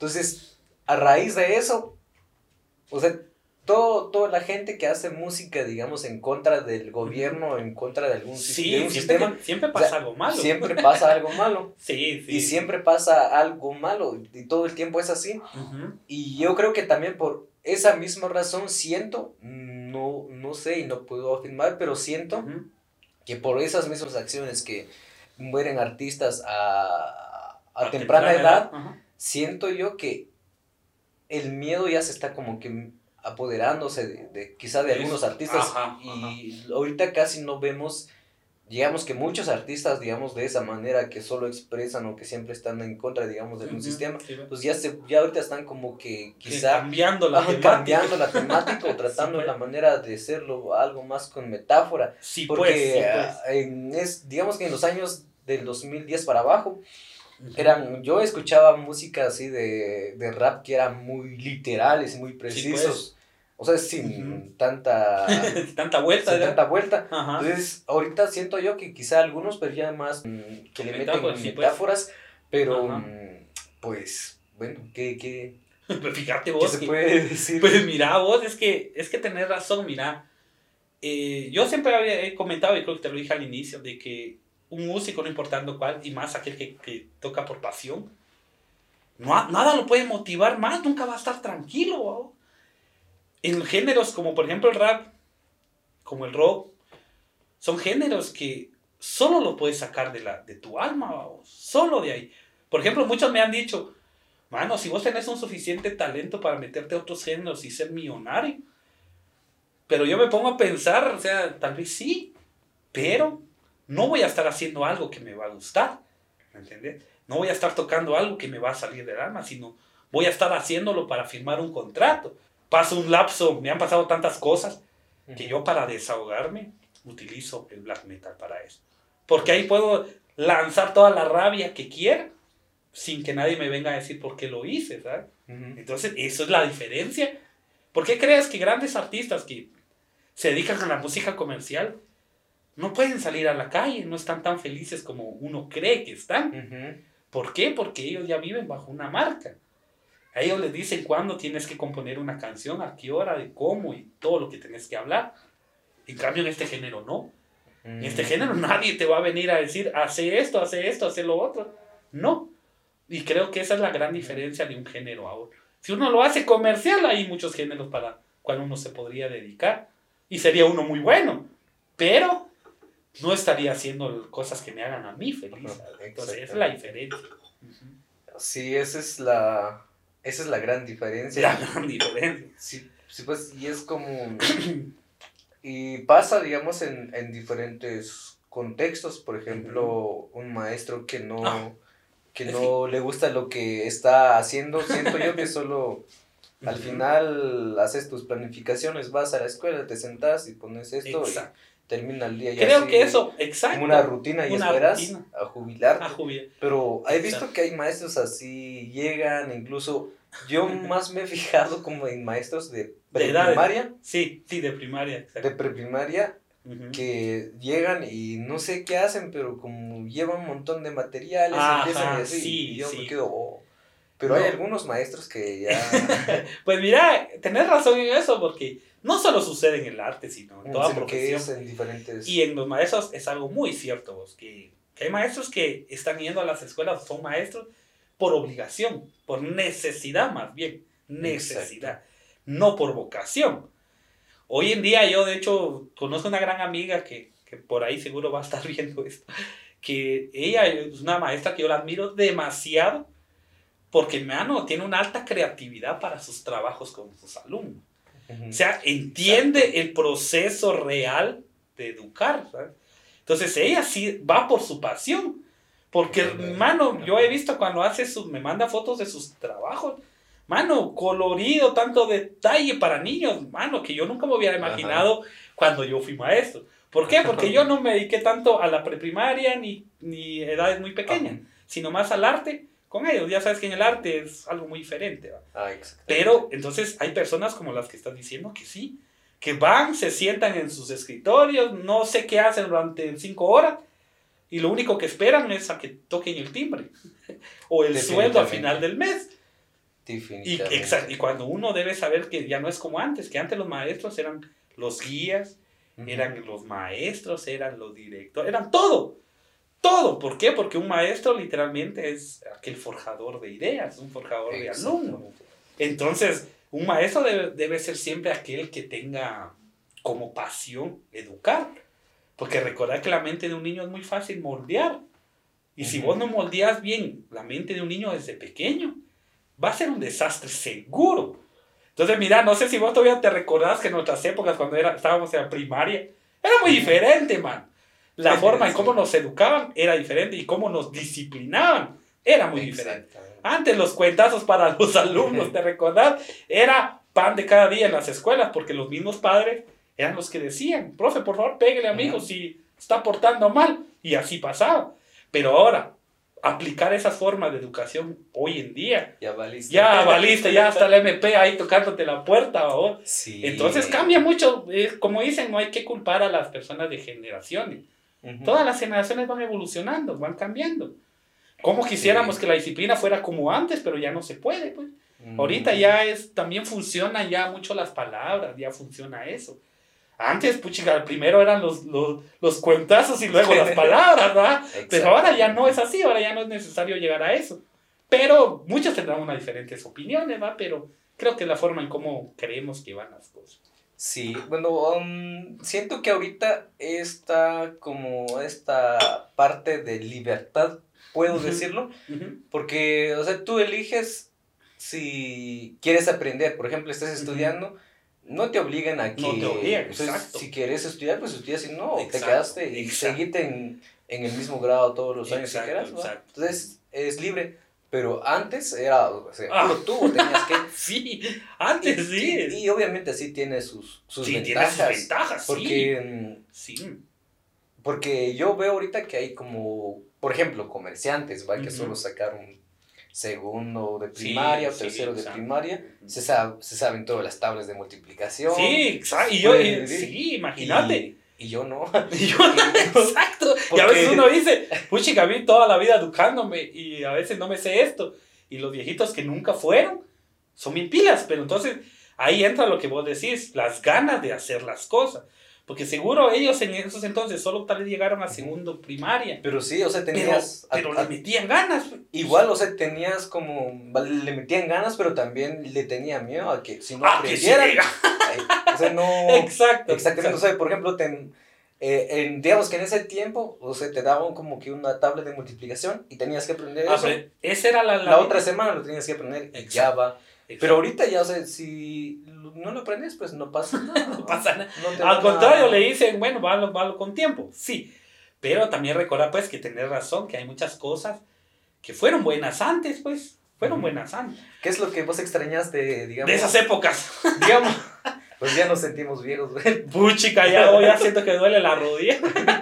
a raíz de eso, o sea, toda la gente que hace música, digamos, en contra del gobierno, en contra de algún sistema. Siempre pasa algo malo. Siempre pasa algo malo. Sí. Y siempre pasa algo malo. Y todo el tiempo es así. Y yo creo que también por esa misma razón siento, no sé y no puedo afirmar, pero siento que por esas mismas acciones que mueren artistas a temprana edad, siento yo que el miedo ya se está como que apoderándose quizá de algunos artistas y ahorita casi no vemos, digamos que muchos artistas, digamos, de esa manera que solo expresan o que siempre están en contra, digamos, de un sistema, pues ya ahorita están como que quizá cambiando la temática o tratando la manera de hacerlo algo más con metáfora, porque digamos que en los años del 2010 para abajo, yo escuchaba música así de rap que eran muy literales, muy precisos, o sea, sin tanta vuelta. Entonces, ahorita siento yo que quizá algunos prefieren más que le meten metáforas, pero pues, bueno, ¿qué fíjate vos, ¿qué se puede decir? Pues mira vos, es que tenés razón, mira. Yo siempre había comentado, y creo que te lo dije al inicio, de que un músico, no importando cuál, y más aquel que toca por pasión, nada lo puede motivar más, nunca va a estar tranquilo. ¿no? En géneros como por ejemplo el rap, como el rock, son géneros que solo lo puedes sacar de tu alma, ¿no? Solo de ahí. Por ejemplo, muchos me han dicho, mano, si vos tenés un suficiente talento para meterte a otros géneros y ser millonario, pero yo me pongo a pensar, o sea, tal vez sí, pero no voy a estar haciendo algo que me va a gustar, ¿me entiendes? No voy a estar tocando algo que me va a salir del alma, sino voy a estar haciéndolo para firmar un contrato. paso un lapso, me han pasado tantas cosas, que yo para desahogarme utilizo el black metal para eso. Porque ahí puedo lanzar toda la rabia que quiera, sin que nadie me venga a decir por qué lo hice, ¿sabes? Entonces, eso es la diferencia. ¿Por qué crees que grandes artistas que se dedican a la música comercial no pueden salir a la calle, no están tan felices como uno cree que están? ¿Por qué? Porque ellos ya viven bajo una marca. A ellos les dicen cuándo tienes que componer una canción, a qué hora, de cómo y todo lo que tienes que hablar. En cambio, en este género no. En este género nadie te va a venir a decir, hace esto, hace lo otro. No. Y creo que esa es la gran diferencia de un género a otro. Si uno lo hace comercial, hay muchos géneros para cual uno se podría dedicar. Y sería uno muy bueno. Pero no estaría haciendo cosas que me hagan a mí feliz. Entonces, esa es la diferencia. Sí, esa es la gran diferencia. La gran diferencia. Sí, sí, pues, y es como... y pasa, digamos, en diferentes contextos. Por ejemplo, un maestro que no le gusta lo que está haciendo, siento yo que solo... Al final haces tus planificaciones, vas a la escuela, te sentás y pones esto. Exacto. Y termina el día. Creo que eso, exacto. Como una rutina y esperas rutina. A jubilarte. A jubilar. Pero he visto que hay maestros así, llegan, incluso yo más me he fijado como en maestros de preprimaria. Sí, de primaria. Exacto. De preprimaria, que llegan y no sé qué hacen, pero como llevan un montón de materiales, empiezan y así, sí, y yo me quedo... Pero hay algunos maestros que ya... Pues mira, tenés razón en eso, porque no solo sucede en el arte, sino en toda profesión. En diferentes... Y en los maestros es algo muy cierto, vos, que hay maestros que están yendo a las escuelas, son maestros por obligación, por necesidad más bien, necesidad, exacto, no por vocación. Hoy en día yo, de hecho, conozco una gran amiga que por ahí seguro va a estar viendo esto, que ella es una maestra que yo la admiro demasiado, porque, mano, tiene una alta creatividad para sus trabajos con sus alumnos. O sea, entiende exacto, el proceso real de educar, ¿sabes? Entonces, ella sí va por su pasión. Porque, mano, yo he visto cuando me manda fotos de sus trabajos, mano, colorido, tanto detalle para niños, mano, que yo nunca me hubiera imaginado cuando yo fui maestro. ¿Por qué? Porque yo no me dediqué tanto a la preprimaria ni edades muy pequeñas, sino más al arte. Con ellos, ya sabes que en el arte es algo muy diferente, ¿va? Pero entonces hay personas como las que estás diciendo que sí, que van, se sientan en sus escritorios, no sé qué hacen durante 5 horas, y lo único que esperan es a que toquen el timbre o el sueldo al final del mes. Y cuando uno debe saber que ya no es como antes, que antes los maestros eran los guías, eran los maestros, eran los directores, eran todo. Todo, ¿por qué? Porque un maestro literalmente es aquel forjador de ideas, un forjador de alumnos. Entonces, un maestro debe ser siempre aquel que tenga como pasión educar. Porque recordad que la mente de un niño es muy fácil moldear. Y si vos no moldeas bien la mente de un niño desde pequeño, va a ser un desastre seguro. Entonces, mira, no sé si vos todavía te recordás que en nuestras épocas, cuando estábamos en la primaria, era muy diferente, man. La forma en cómo nos educaban era diferente y cómo nos disciplinaban era muy diferente. Antes los cuentazos para los alumnos, ¿te recordás? Era pan de cada día en las escuelas porque los mismos padres eran los que decían, profe, por favor, pégale a mi hijo si está portando mal. Y así pasaba. Pero ahora, aplicar esas formas de educación hoy en día, ya valiste, ya hasta el MP ahí tocándote la puerta. Sí. Entonces cambia mucho. Como dicen, no hay que culpar a las personas de generaciones. Todas las generaciones van evolucionando, van cambiando. Como quisiéramos que la disciplina fuera como antes, pero ya no se puede, pues. Ahorita ya también funcionan ya mucho las palabras, ya funciona eso. Antes, puchica, primero eran los cuentazos y luego las palabras, ¿verdad? Pero ahora ya no es así, ahora ya no es necesario llegar a eso. Pero muchos tendrán unas diferentes opiniones, ¿verdad? Pero creo que es la forma en cómo creemos que van las cosas. Sí, bueno, siento que ahorita esta parte de libertad, puedo decirlo, porque, o sea, tú eliges si quieres aprender, por ejemplo, estás estudiando, no te obligan a que... No te obligan, exacto. Si quieres estudiar, pues estudias, si no, te quedaste y seguiste en el mismo grado todos los años que quieras, ¿no? Entonces, es libre, Pero antes era, o sea, puro tubo, tenías que... Sí, antes sí. Y obviamente sí tiene sus sí, ventajas. Tiene sus ventajas, porque, sí. Porque yo veo ahorita que hay como, por ejemplo, comerciantes, ¿va? Que Ujú. solo sacaron segundo de primaria o tercero de primaria, se saben todas las tablas de multiplicación. Sí, exacto. Sí, imagínate. Y yo no. Exacto. Y a veces uno dice, puchica, a mí toda la vida educándome y a veces no me sé esto. Y los viejitos que nunca fueron son bien pilas. Pero entonces ahí entra lo que vos decís, las ganas de hacer las cosas. Porque seguro ellos en esos entonces solo tal vez llegaron a segundo primaria. Pero sí, o sea, tenías... Pero le metían ganas. Igual, o sea, tenías como... Le metían ganas, pero también le tenían miedo a que si no aprendieran... O sea, no... Exacto. Exactamente. O sea, por ejemplo, digamos que en ese tiempo, o sea, te daban como que una tabla de multiplicación y tenías que aprender eso. Esa era la otra semana lo tenías que aprender y ya va. Pero ahorita ya, o sea, si no lo aprendes, pues no pasa nada. No pasa nada. Al contrario, le dicen, bueno, valo con tiempo. Sí. Pero también recordar, pues, que tenés razón, que hay muchas cosas que fueron buenas antes, pues. Fueron buenas antes. ¿Qué es lo que vos extrañas digamos? De esas épocas. Digamos, pues ya nos sentimos viejos, güey. Puchica, ya siento que duele la rodilla.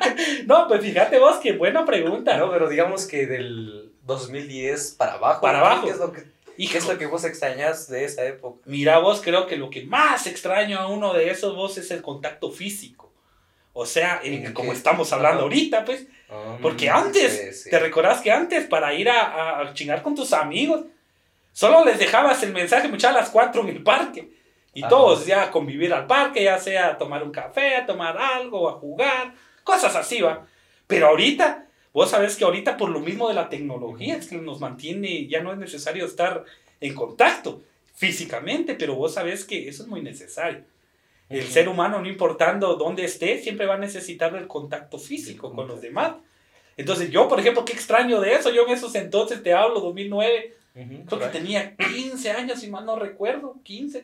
No, pues fíjate vos, qué buena pregunta. No, pero digamos que del 2010 para abajo. Para abajo. ¿Qué es lo que vos extrañas de esa época? Mira vos, creo que lo que más extraño a uno de esos vos es el contacto físico. O sea, como estamos hablando ahorita, pues. Porque antes, ¿te recordás que antes para ir a chingar con tus amigos, solo les dejabas el mensaje muchas a las 4 en el parque? Y todos ya a convivir al parque, ya sea a tomar un café, a tomar algo, a jugar, cosas así, ¿va? Pero ahorita... Vos sabés que ahorita por lo mismo de la tecnología es que nos mantiene, ya no es necesario estar en contacto físicamente, pero vos sabés que eso es muy necesario. El ser humano, no importando dónde esté, siempre va a necesitar el contacto físico con los demás. Entonces yo, por ejemplo, qué extraño de eso. Yo en esos entonces, te hablo, 2009, creo que tenía 15 años, si mal no recuerdo, 15.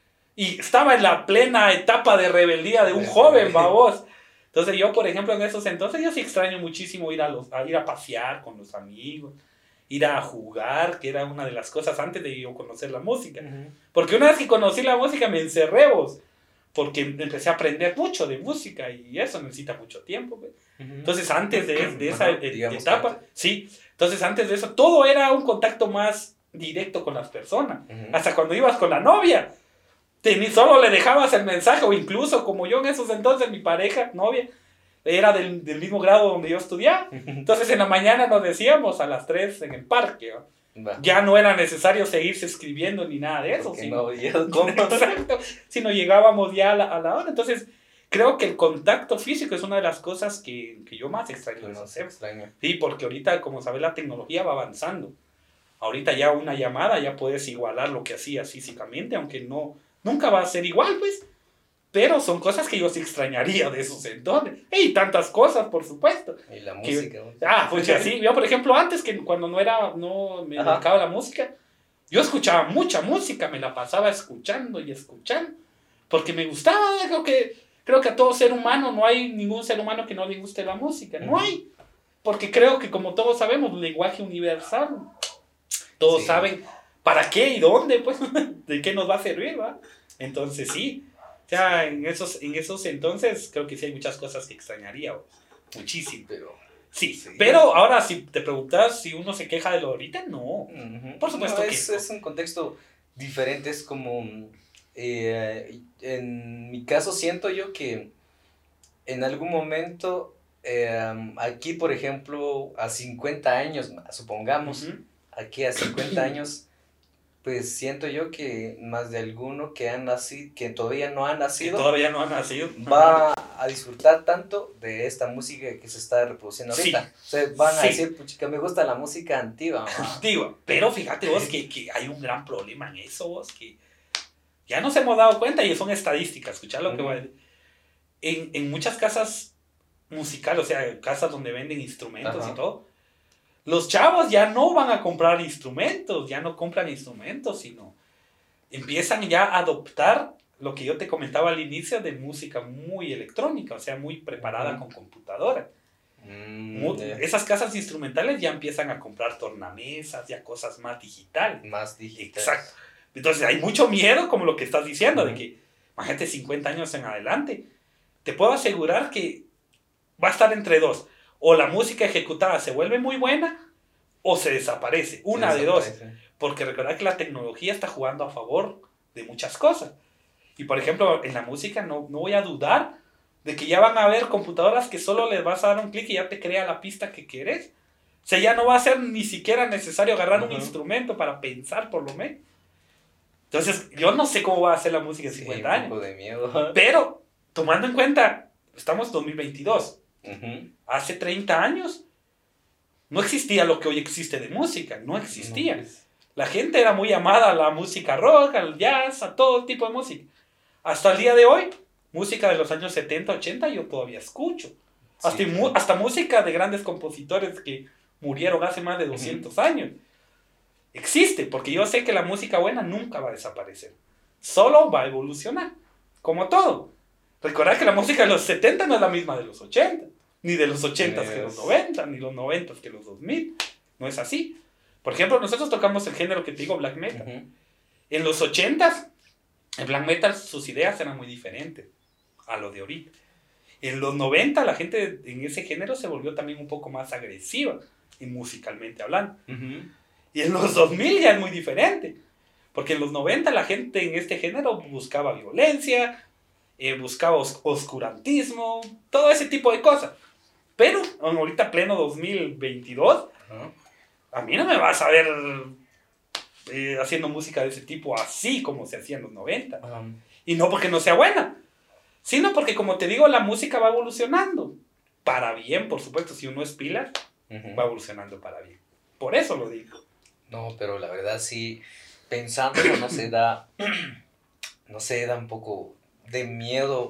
Y estaba en la plena etapa de rebeldía de un joven, babos. Entonces yo, por ejemplo, en esos entonces, yo sí extraño muchísimo ir a pasear con los amigos, ir a jugar, que era una de las cosas antes de yo conocer la música. Porque una vez que conocí la música me encerré, vos, porque empecé a aprender mucho de música y eso necesita mucho tiempo. Pues. Entonces antes de esa etapa, sí, entonces antes de eso, todo era un contacto más directo con las personas. Hasta cuando ibas con la novia. Ni solo le dejabas el mensaje, o incluso como yo en esos entonces, mi pareja, novia, era del mismo grado donde yo estudiaba. Entonces en la mañana nos decíamos a las 3 en el parque. Ya no era necesario seguirse escribiendo ni nada de eso. Sino llegábamos ya a la hora. Entonces creo que el contacto físico es una de las cosas que yo más extraño. Sí, porque ahorita, como sabes, la tecnología va avanzando. Ahorita ya una llamada ya puedes igualar lo que hacías físicamente, aunque nunca va a ser igual, pues. Pero son cosas que yo sí extrañaría de esos entonces. Y tantas cosas, por supuesto. Y la música. Pues así. Yo, por ejemplo, antes, que cuando no me dedicaba a la música, yo escuchaba mucha música, me la pasaba escuchando y escuchando. Porque me gustaba, creo que a todo ser humano, no hay ningún ser humano que no le guste la música. No hay. Porque creo que, como todos sabemos, un lenguaje universal. Todos saben para qué y dónde, pues, de qué nos va a servir, ¿va? Entonces, sí. O sea, en esos entonces, creo que sí hay muchas cosas que extrañaría, muchísimo. Sí, pero ahora, si te preguntas si uno se queja de lo de ahorita, no. Por supuesto que es un contexto diferente, es como... en mi caso siento yo que en algún momento, aquí, por ejemplo, a 50 años, supongamos, aquí a 50 años... Pues siento yo que más de alguno que todavía no ha nacido, va a disfrutar tanto de esta música que se está reproduciendo ahorita. O sea, van a decir, puchica, me gusta la música antigua. Antigua. Pero fíjate vos que hay un gran problema en eso, vos, que ya nos hemos dado cuenta y son estadísticas, escuchar lo que voy a decir. En muchas casas musicales, o sea, casas donde venden instrumentos y todo, los chavos ya no van a comprar instrumentos, ya no compran instrumentos, sino empiezan ya a adoptar lo que yo te comentaba al inicio de música muy electrónica, o sea, muy preparada con computadora. Esas casas instrumentales ya empiezan a comprar tornamesas, ya cosas más digitales. Más digitales. Exacto. Entonces hay mucho miedo, como lo que estás diciendo, de que, imagínate, 50 años en adelante, te puedo asegurar que va a estar entre dos. O la música ejecutada se vuelve muy buena, o se desaparece. Una de dos. Porque recordad que la tecnología está jugando a favor de muchas cosas. Y por ejemplo, en la música no voy a dudar de que ya van a haber computadoras que solo les vas a dar un clic y ya te crea la pista que quieres. O sea, ya no va a ser ni siquiera necesario agarrar un instrumento para pensar, por lo menos. Entonces, yo no sé cómo va a ser la música en 50 años. Un poco de miedo. Pero, tomando en cuenta, estamos en 2022. Hace 30 años no existía lo que hoy existe de música. No existía. La gente era muy amada a la música rock, al jazz, a todo tipo de música. Hasta el día de hoy, música de los años 70, 80 yo todavía escucho. Hasta música de grandes compositores que murieron hace más de 200 años. Existe, porque yo sé que la música buena nunca va a desaparecer. Solo va a evolucionar, como todo. Recordad que la música de los 70 no es la misma de los 80, ni de los 80 que los 90, ni los 90 que los 2000. No es así. Por ejemplo, nosotros tocamos el género que te digo, black metal. En los 80, el black metal, sus ideas eran muy diferentes a lo de ahorita. En los 90, la gente en ese género se volvió también un poco más agresiva, y musicalmente hablando. Y en los 2000 ya es muy diferente. Porque en los 90 la gente en este género buscaba violencia, buscaba oscurantismo, todo ese tipo de cosas. Pero ahorita pleno 2022, a mí no me vas a ver haciendo música de ese tipo así como se hacía en los 90. Y no porque no sea buena, sino porque, como te digo, la música va evolucionando. Para bien, por supuesto, si uno es pilas, va evolucionando para bien. Por eso lo digo. No, pero la verdad sí, pensándolo, no se da un poco de miedo.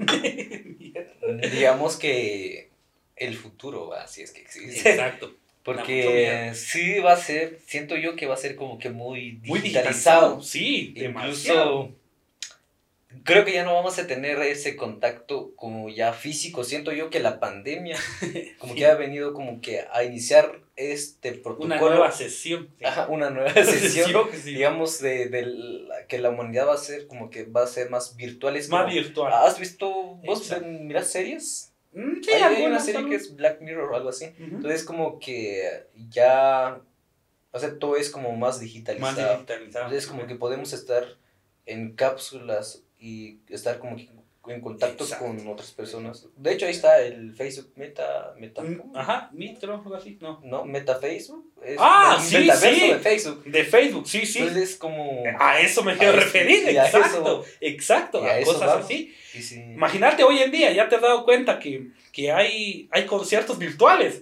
Digamos que el futuro, así es que existe. Exacto. Porque sí va a ser, siento yo que va a ser como que muy digitalizado. Sí, incluso demasiado. creo que ya no vamos a tener ese contacto como ya físico. Siento yo que la pandemia como que ha venido como que a iniciar este protocolo. Una nueva sesión. Sí. Ajá, una nueva sesión. Sí. Digamos, que la humanidad va a ser como que va a ser más virtual. Más virtual. ¿Has visto, vos mirás series? Sí, hay una serie que es Black Mirror o algo así. Entonces como que ya, o sea, todo es como más digitalizado. Entonces como que podemos estar en cápsulas y estar como que en contacto con otras personas. De hecho, ahí está el Facebook Meta. Ajá, Mitro, algo así, no. No, Meta Facebook. Sí, metaverso sí. De Facebook. De Facebook, sí. Entonces es como... A eso me quiero referir, exacto, a cosas así. Sí. Imagínate hoy en día, ya te has dado cuenta que hay conciertos virtuales.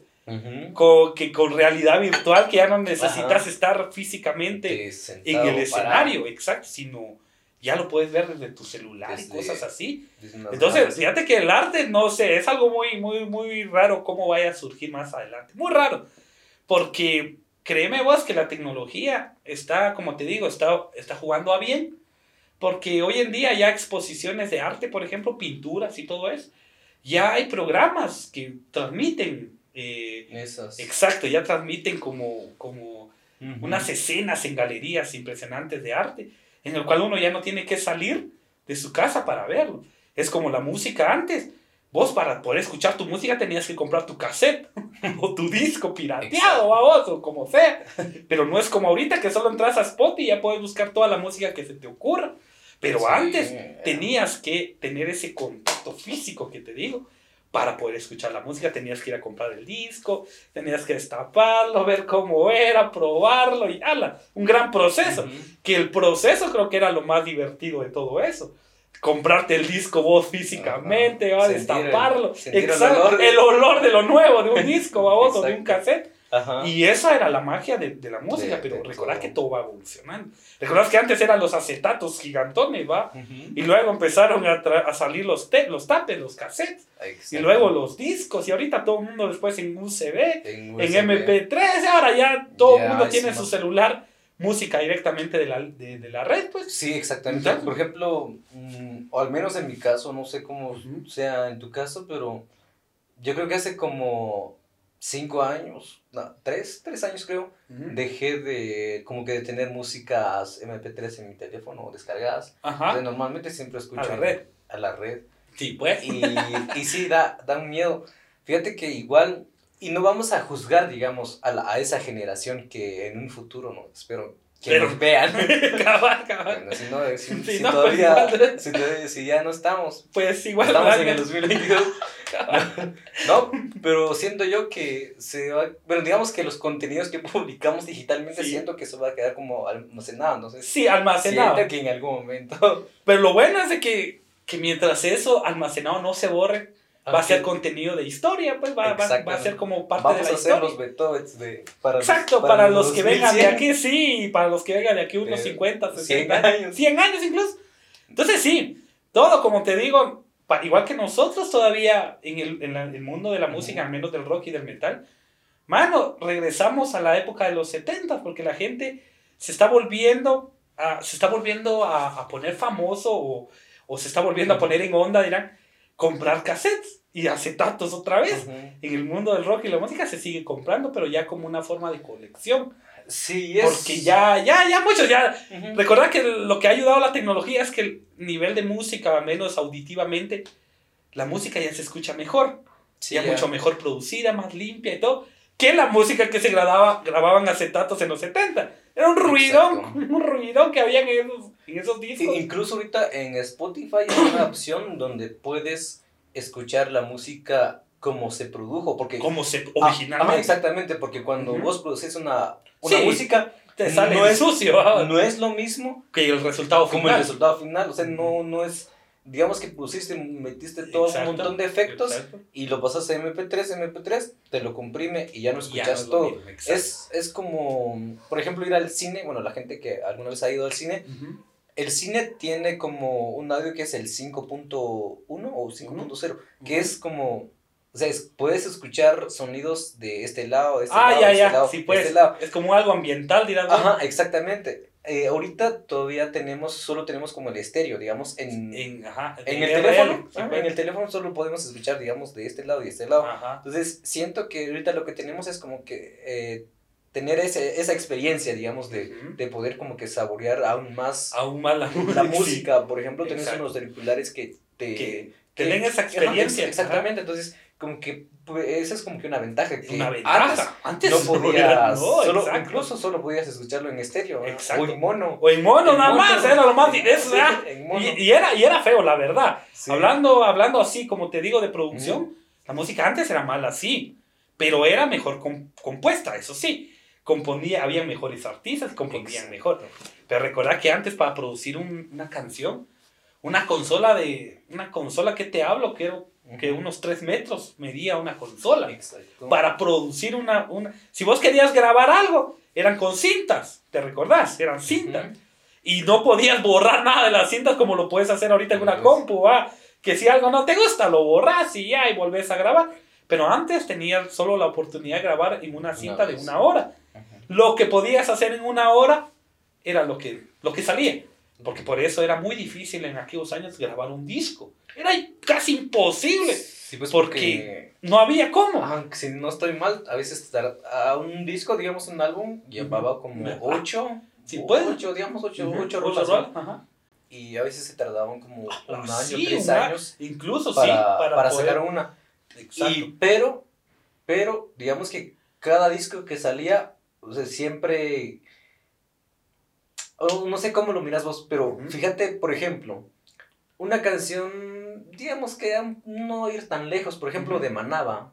Con realidad virtual, que ya no necesitas estar físicamente en el escenario, exacto, sino ya lo puedes ver desde tu celular y cosas así. Entonces, fíjate que el arte, no sé, es algo muy, muy, muy raro cómo vaya a surgir más adelante. Muy raro. Porque créeme vos que la tecnología está, como te digo, está jugando a bien. Porque hoy en día ya exposiciones de arte, por ejemplo, pinturas y todo eso, ya hay programas que transmiten. Exacto, ya transmiten como unas escenas en galerías impresionantes de arte, en el cual uno ya no tiene que salir de su casa para verlo. Es como la música antes. Vos, para poder escuchar tu música, tenías que comprar tu cassette o tu disco pirateado, vos, o como sea. Pero no es como ahorita, que solo entras a Spotify y ya puedes buscar toda la música que se te ocurra. Pero antes tenías que tener ese contacto físico que te digo. Para poder escuchar la música tenías que ir a comprar el disco, tenías que destaparlo, ver cómo era, probarlo y ¡ala! Un gran proceso. Que el proceso creo que era lo más divertido de todo eso. Comprarte el disco vos físicamente, destaparlo. Exacto, el olor de lo nuevo, de un disco, o de un cassette. Y esa era la magia de la música, pero recordad que todo va evolucionando. Recordad que antes eran los acetatos gigantones, ¿va? Y luego empezaron a salir los tapes, los cassettes, y luego los discos, y ahorita todo el mundo después en USB, en MP3, ahora ya todo el mundo tiene su celular, música directamente de la red, pues. Sí, exactamente. Entonces, por ejemplo, o al menos en mi caso, no sé cómo sea en tu caso, pero yo creo que hace como 5 años, no, 3 años creo, dejé de tener músicas MP3 en mi teléfono descargadas. Ajá. Entonces, normalmente siempre escucho a la red. Sí, pues. Y sí, da un miedo. Fíjate que igual, y no vamos a juzgar, digamos, a esa generación que en un futuro, no, espero que nos vean. Cabal. Bueno, si no, todavía, pues, si ya no estamos. Pues igual. Estamos en el 2022. No, pero siento yo que bueno, digamos que los contenidos que publicamos digitalmente, siento que eso va a quedar como almacenado, no sé. Sí, almacenado. Siento que en algún momento. Pero lo bueno es de que mientras eso almacenado no se borre, va a ser contenido de historia, pues va a ser como parte de la historia. Vamos a hacer los Beethovens para los que vengan de aquí, sí, para los que vengan de aquí unos 50, 60 años. 100 años incluso. Entonces sí, todo como te digo, igual que nosotros todavía en el mundo de la música, al menos del rock y del metal, mano, regresamos a la época de los 70, porque la gente se está volviendo a poner famoso o se está volviendo a poner en onda, dirán, comprar cassettes y acetatos otra vez. En el mundo del rock y la música se sigue comprando, pero ya como una forma de colección. Sí, es... Porque ya muchos, recordad que lo que ha ayudado a la tecnología es que el nivel de música, al menos auditivamente, la música ya se escucha mejor. Sí, ya mucho mejor producida, más limpia y todo, que la música que se grababan acetatos en los 70. Era un ruidón que había en esos discos. Incluso ahorita en Spotify hay una opción donde puedes escuchar la música como se produjo. Originalmente. Exactamente, porque cuando vos produces una música, te sale sucio. No es lo mismo que el resultado final. Como el resultado final. O sea, no es... Digamos que metiste todo un montón de efectos y lo pasas a MP3, te lo comprime y ya no escuchas todo. Es como, por ejemplo, ir al cine. Bueno, la gente que alguna vez ha ido al cine, el cine tiene como un audio que es el 5.1 o 5.0, que es como... O sea, puedes escuchar sonidos de este lado, de este lado, de este lado, sí, pues, de este lado. Es como algo ambiental, dirás. Ajá, exactamente. Ahorita todavía solo tenemos como el estéreo, digamos, en el teléfono. En el teléfono solo podemos escuchar, digamos, de este lado y de este lado. Ajá. Entonces, siento que ahorita lo que tenemos es como que tener esa experiencia, digamos, de poder como que saborear aún más la música. Por ejemplo, tenés unos auriculares que te den esa experiencia. Exactamente, entonces como que esa es como que una ventaja. Que antes no podías, incluso solo podías escucharlo en estéreo. O en mono. Nada más, era lo más eso, y era feo, la verdad. Sí. Hablando así, como te digo, de producción, la música antes era mala, sí, pero era mejor compuesta, eso sí. Había mejores artistas que componían mejor. Pero recordad que antes para producir una canción, una consola que te hablo, que unos 3 metros medía una consola. Exacto. Para producir si vos querías grabar algo, eran con cintas, ¿te recordás? Eran cintas. Y no podías borrar nada de las cintas como lo puedes hacer ahorita en una compu, que si algo no te gusta, lo borras y volvés a grabar. Pero antes tenías solo la oportunidad de grabar en una cinta de 1 hora. Lo que podías hacer en 1 hora era lo que salía. Porque por eso era muy difícil en aquellos años grabar un disco. Era casi imposible. Sí, pues porque no había cómo. Si no estoy mal, a veces a un disco, digamos un álbum, llevaba como 8. Sí, pues. 8 rolas. Y a veces se tardaban como un año, 3 años. Incluso para sacar una. Exacto. Pero, digamos que cada disco que salía, o sea, siempre... no sé cómo lo miras vos, pero fíjate, por ejemplo, una canción, digamos que no ir tan lejos, por ejemplo, de Manaba.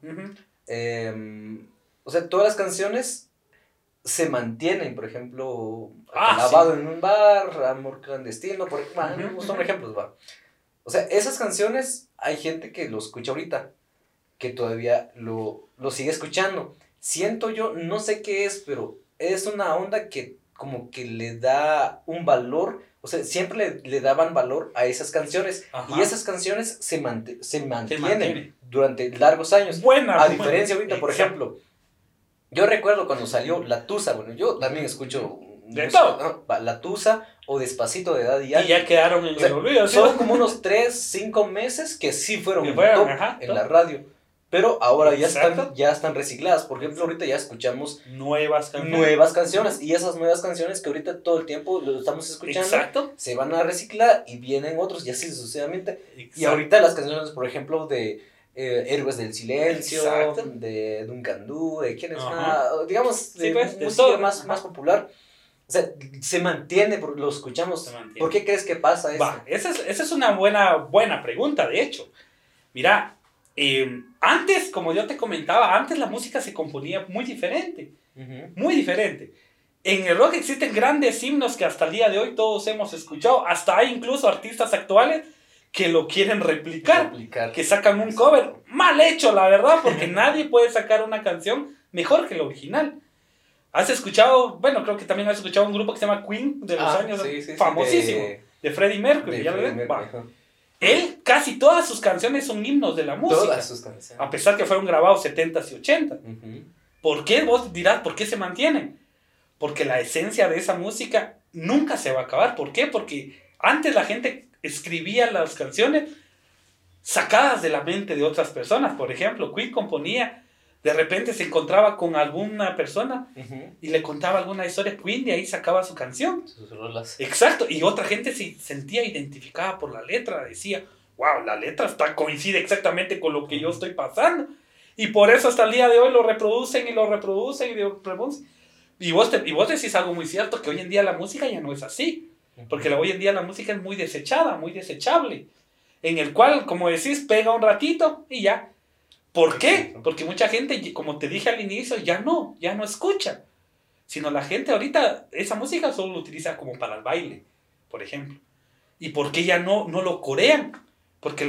O sea, todas las canciones se mantienen, por ejemplo, Lavado en un bar, Amor clandestino, son ejemplos, va. O sea, esas canciones, hay gente que lo escucha ahorita, que todavía lo sigue escuchando. Siento yo, no sé qué es, pero es una onda que como que le da un valor, o sea, siempre le daban valor a esas canciones. Ajá. Y esas canciones se mantienen durante largos años. A diferencia ahorita, por ejemplo, yo recuerdo cuando salió La Tusa, bueno, yo también escucho La Tusa o Despacito de Daddy Yankee. Y ya quedaron en el olvido. Son como unos 3-5 meses que sí fueron top en la radio. pero ahora ya están recicladas. Por ejemplo, ahorita ya escuchamos nuevas canciones, y esas nuevas canciones que ahorita todo el tiempo lo estamos escuchando, se van a reciclar y vienen otros y así sucesivamente. Y ahorita las canciones, por ejemplo, de Héroes del Silencio, de Duncan Du, de quién es digamos, de música más popular. O sea, se mantiene, lo escuchamos. ¿Por qué crees que pasa eso? Esa es una buena pregunta, de hecho. Mira, antes, como yo te comentaba, antes la música se componía muy diferente. Muy diferente. En el rock existen grandes himnos que hasta el día de hoy todos hemos escuchado. Hasta hay incluso artistas actuales que lo quieren replicar. Que sacan un cover mal hecho, la verdad, porque nadie puede sacar una canción mejor que la original. ¿Has escuchado? Bueno, creo que también has escuchado un grupo que se llama Queen de los años, famosísimo, de Freddie Mercury. Él, casi todas sus canciones son himnos de la música. Todas sus canciones. A pesar que fueron grabados 70s y 80s. ¿Por qué? Vos dirás, ¿por qué se mantienen? Porque la esencia de esa música nunca se va a acabar. ¿Por qué? Porque antes la gente escribía las canciones sacadas de la mente de otras personas. Por ejemplo, Queen componía, de repente se encontraba con alguna persona y le contaba alguna historia, Queen de ahí sacaba su canción. Sus rolas. Exacto, y otra gente se sentía identificada por la letra, decía, wow, la letra coincide exactamente con lo que yo estoy pasando. Y por eso hasta el día de hoy lo reproducen y lo reproducen y lo reproducen. Y vos decís algo muy cierto, que hoy en día la música ya no es así. Porque hoy en día la música es muy desechada, muy desechable. En el cual, como decís, pega un ratito y ya. ¿Por qué? Porque mucha gente, como te dije al inicio, ya no escucha. Sino la gente ahorita, esa música solo lo utiliza como para el baile, por ejemplo. ¿Y por qué ya no lo corean? Porque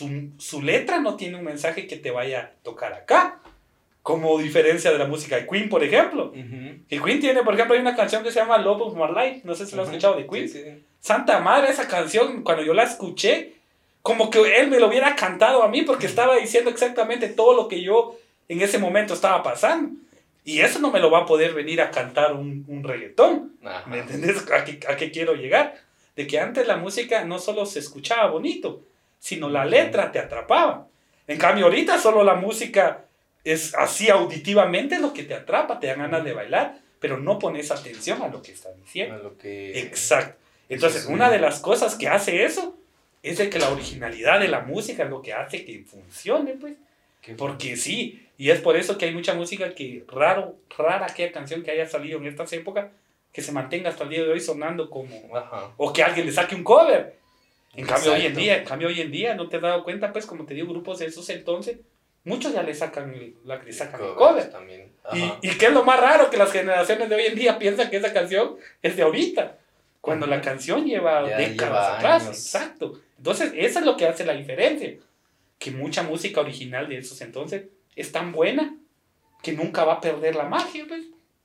su letra no tiene un mensaje que te vaya a tocar acá. Como diferencia de la música de Queen, por ejemplo. Que Queen tiene, por ejemplo, hay una canción que se llama Love of My Life. No sé si lo has escuchado de Queen. Sí. Santa madre, esa canción, cuando yo la escuché, como que él me lo hubiera cantado a mí, porque estaba diciendo exactamente todo lo que yo en ese momento estaba pasando. Y eso no me lo va a poder venir a cantar un reggaetón. ¿Me entendés a qué quiero llegar? De que antes la música no solo se escuchaba bonito, sino la letra te atrapaba. En cambio ahorita solo la música es así auditivamente lo que te atrapa, te dan ganas de bailar, pero no pones atención a lo que está diciendo. Exacto. Entonces, una de las cosas que hace eso es de que la originalidad de la música es lo que hace que funcione, pues. Porque sí, y es por eso que hay mucha música que rara aquella canción que haya salido en estas épocas que se mantenga hasta el día de hoy sonando como... O que alguien le saque un cover. En cambio hoy en día, ¿no te has dado cuenta? Pues como te digo, grupos de esos entonces, muchos ya le sacan el cover. También. Y qué es lo más raro, que las generaciones de hoy en día piensan que esa canción es de ahorita. Cuando la canción lleva décadas atrás. Exacto. Entonces, eso es lo que hace la diferencia. Que mucha música original de esos entonces es tan buena que nunca va a perder la magia, pues.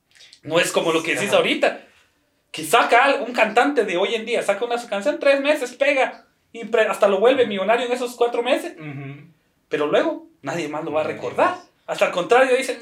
No es como lo que decís ahorita. Que saca un cantante de hoy en día, saca una canción 3 meses, pega, y hasta lo vuelve millonario en esos 4 meses. Pero luego, nadie más lo va a recordar. Hasta al contrario, dicen,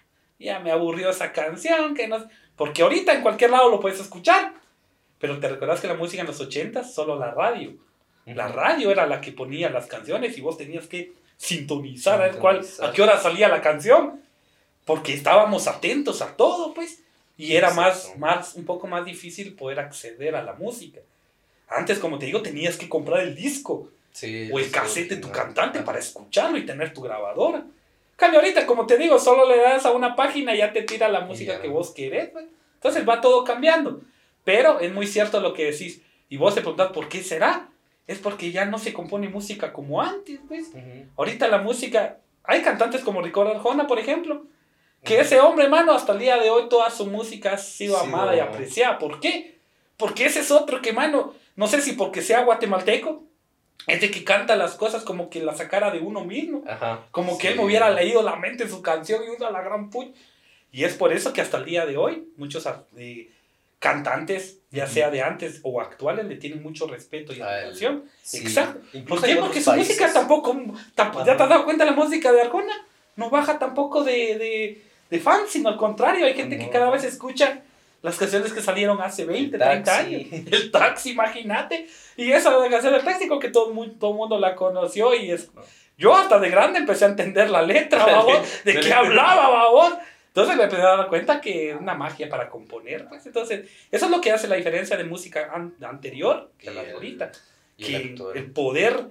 ya me aburrió esa canción, que no... Porque ahorita en cualquier lado lo puedes escuchar. Pero te recordás que la música en los 80s, solo la radio. La radio era la que ponía las canciones y vos tenías que sintonizar a ver a qué hora salía la canción. Porque estábamos atentos a todo, pues. Y era un poco más difícil poder acceder a la música. Antes, como te digo, tenías que comprar el disco o el cassette de tu cantante para escucharlo y tener tu grabadora. Cambio ahorita, como te digo, solo le das a una página y ya te tira la música que vos querés, pues. Entonces va todo cambiando. Pero es muy cierto lo que decís. Y vos te preguntás, ¿por qué será? Es porque ya no se compone música como antes, pues. Ahorita la música... Hay cantantes como Ricardo Arjona, por ejemplo, que ese hombre, mano, hasta el día de hoy toda su música ha sido amada y apreciada. ¿Por qué? Porque ese es otro que, mano, no sé si porque sea guatemalteco, es de que canta las cosas como que la sacara de uno mismo. Como que él me hubiera leído la mente en su canción y usa la gran puña. Y es por eso que hasta el día de hoy muchos... cantantes, ya sea de antes o actuales, le tienen mucho respeto y admiración. Exacto. ¿Por qué? Porque su música tampoco ¿ya te has dado cuenta? La música de Arjona no baja tampoco de fans, sino al contrario, hay gente que cada vez escucha las canciones que salieron hace 20, 30 años. El Taxi, imagínate. Y esa la canción del Taxi, que todo el mundo la conoció y es... Yo hasta de grande empecé a entender la letra, babos, de qué hablaba, babos. Entonces me empecé a dar cuenta que es una magia para componer, pues. Entonces, eso es lo que hace la diferencia de música anterior que la de ahorita. Que el poder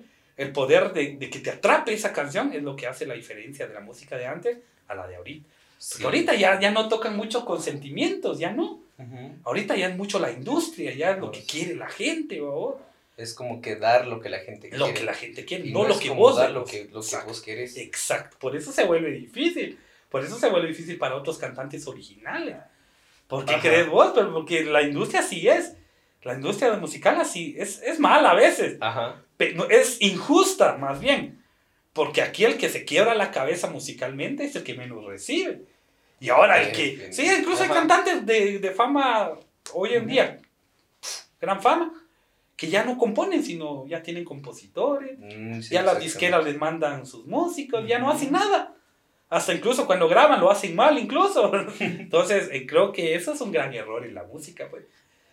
de que te atrape esa canción es lo que hace la diferencia de la música de antes a la de ahorita. Sí. Ahorita ya no tocan mucho con sentimientos, ya no. Uh-huh. Ahorita ya es mucho la industria, ya es lo que quiere la gente, babos. Es como que dar lo que la gente quiere. Lo que la gente quiere, no lo que vos dar lo que vos querés. Exacto, por eso se vuelve difícil. Por eso se vuelve difícil para otros cantantes originales. ¿Por qué crees vos? Pero porque la industria así es. La industria musical así es mala a veces. Ajá. Pero es injusta, más bien. Porque aquí el que se quiebra la cabeza musicalmente es el que menos recibe. Y ahora el que... Sí, incluso hay cantantes de fama hoy en día. Gran fama. Que ya no componen, sino ya tienen compositores. Sí, ya las disqueras les mandan sus músicos. Ya no hacen nada. Hasta incluso cuando graban lo hacen mal, incluso. Entonces, creo que eso es un gran error en la música, pues.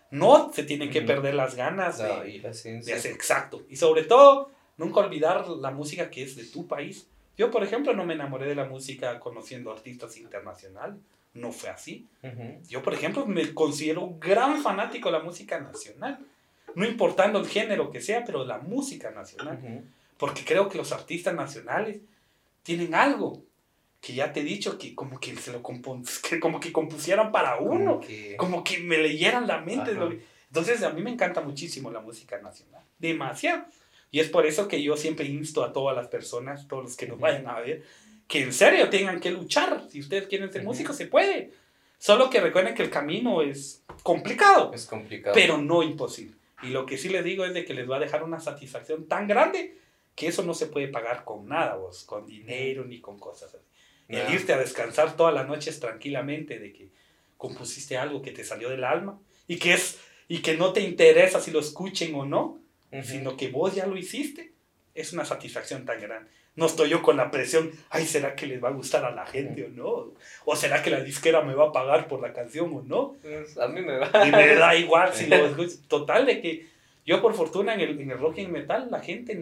No se tienen que perder las ganas de hacer exacto. Y sobre todo, nunca olvidar la música que es de tu país. Yo, por ejemplo, no me enamoré de la música conociendo artistas internacionales. No fue así. Yo, por ejemplo, me considero un gran fanático de la música nacional. No importando el género que sea, pero la música nacional. Porque creo que los artistas nacionales tienen algo que ya te he dicho, que como que como que compusieran para uno, como que me leyeran la mente. Entonces a mí me encanta muchísimo la música nacional, demasiado. Y es por eso que yo siempre insto a todas las personas, todos los que nos vayan a ver, que en serio tengan que luchar. Si ustedes quieren ser músicos, se puede. Solo que recuerden que el camino es complicado. Es complicado. Pero no imposible. Y lo que sí les digo es de que les va a dejar una satisfacción tan grande que eso no se puede pagar con nada, vos, con dinero ni con cosas así. El irte a descansar todas las noches tranquilamente de que compusiste algo que te salió del alma y que no te interesa si lo escuchen o no, sino que vos ya lo hiciste, es una satisfacción tan grande. No estoy yo con la presión, ay, ¿será que les va a gustar a la gente o no? ¿O será que la disquera me va a pagar por la canción o no? Pues a mí me va. Y me da igual si lo escucho. Total, de que yo por fortuna en el rock y en metal, la gente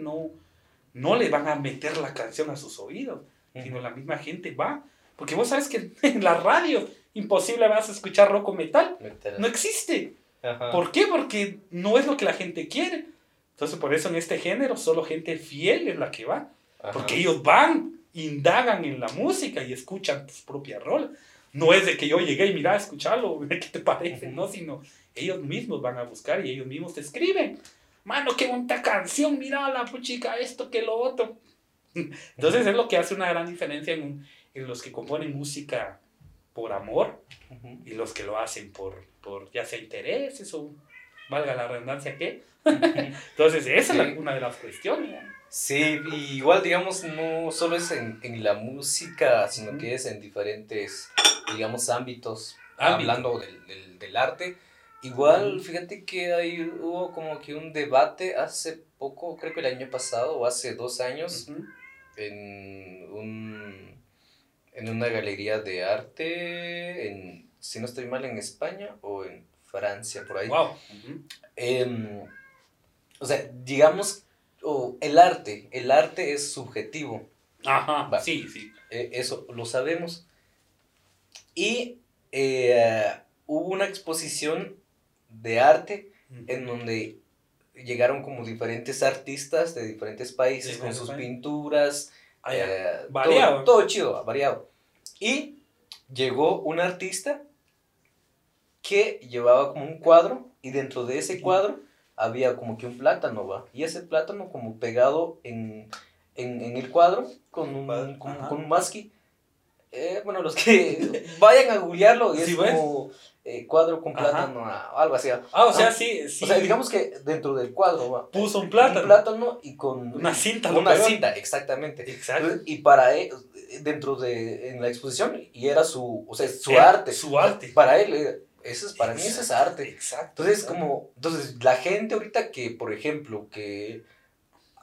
no le van a meter la canción a sus oídos, sino la misma gente va. Porque vos sabes que en la radio imposible vas a escuchar rock o metal. No existe. Ajá. ¿Por qué? Porque no es lo que la gente quiere. Entonces por eso en este género solo gente fiel es la que va. Ajá. Porque ellos van, indagan en la música y escuchan tus propias rolas. No es de que yo llegué y mira, escuchalo, ¿qué te parece? No, sino ellos mismos van a buscar y ellos mismos te escriben. Mano, qué bonita canción, mira la puchica, esto, que lo otro. Entonces es lo que hace una gran diferencia en los que componen música por amor y los que lo hacen por ya sea intereses o valga la redundancia que. Entonces esa es una de las cuestiones. Sí, y igual digamos no solo es en la música, sino que es en diferentes, digamos, ámbitos. Hablando del arte. Igual, fíjate que hubo como que un debate hace poco, creo que el año pasado o hace 2 años, en una galería de arte, si no estoy mal, en España o en Francia, por ahí. Wow. O sea, digamos, el arte es subjetivo. Ajá, Va, sí. Eso lo sabemos. Y hubo una exposición de arte en donde llegaron como diferentes artistas de diferentes países con sus pinturas, variado. Todo chido, variado. Y llegó un artista que llevaba como un cuadro y dentro de ese cuadro había como que un plátano, ¿va? Y ese plátano como pegado en el cuadro con un masking. Bueno, los que vayan a googlearlo y es como cuadro con plátano, algo así. O sea, sí. O sea, digamos que dentro del cuadro ¿va? Puso un plátano. Un plátano y con una cinta. Una cinta, exactamente. Exacto. Y para él, en la exposición, y era su arte. Su arte. Para él, para mí eso es arte. Exacto. Entonces, la gente ahorita que, por ejemplo, que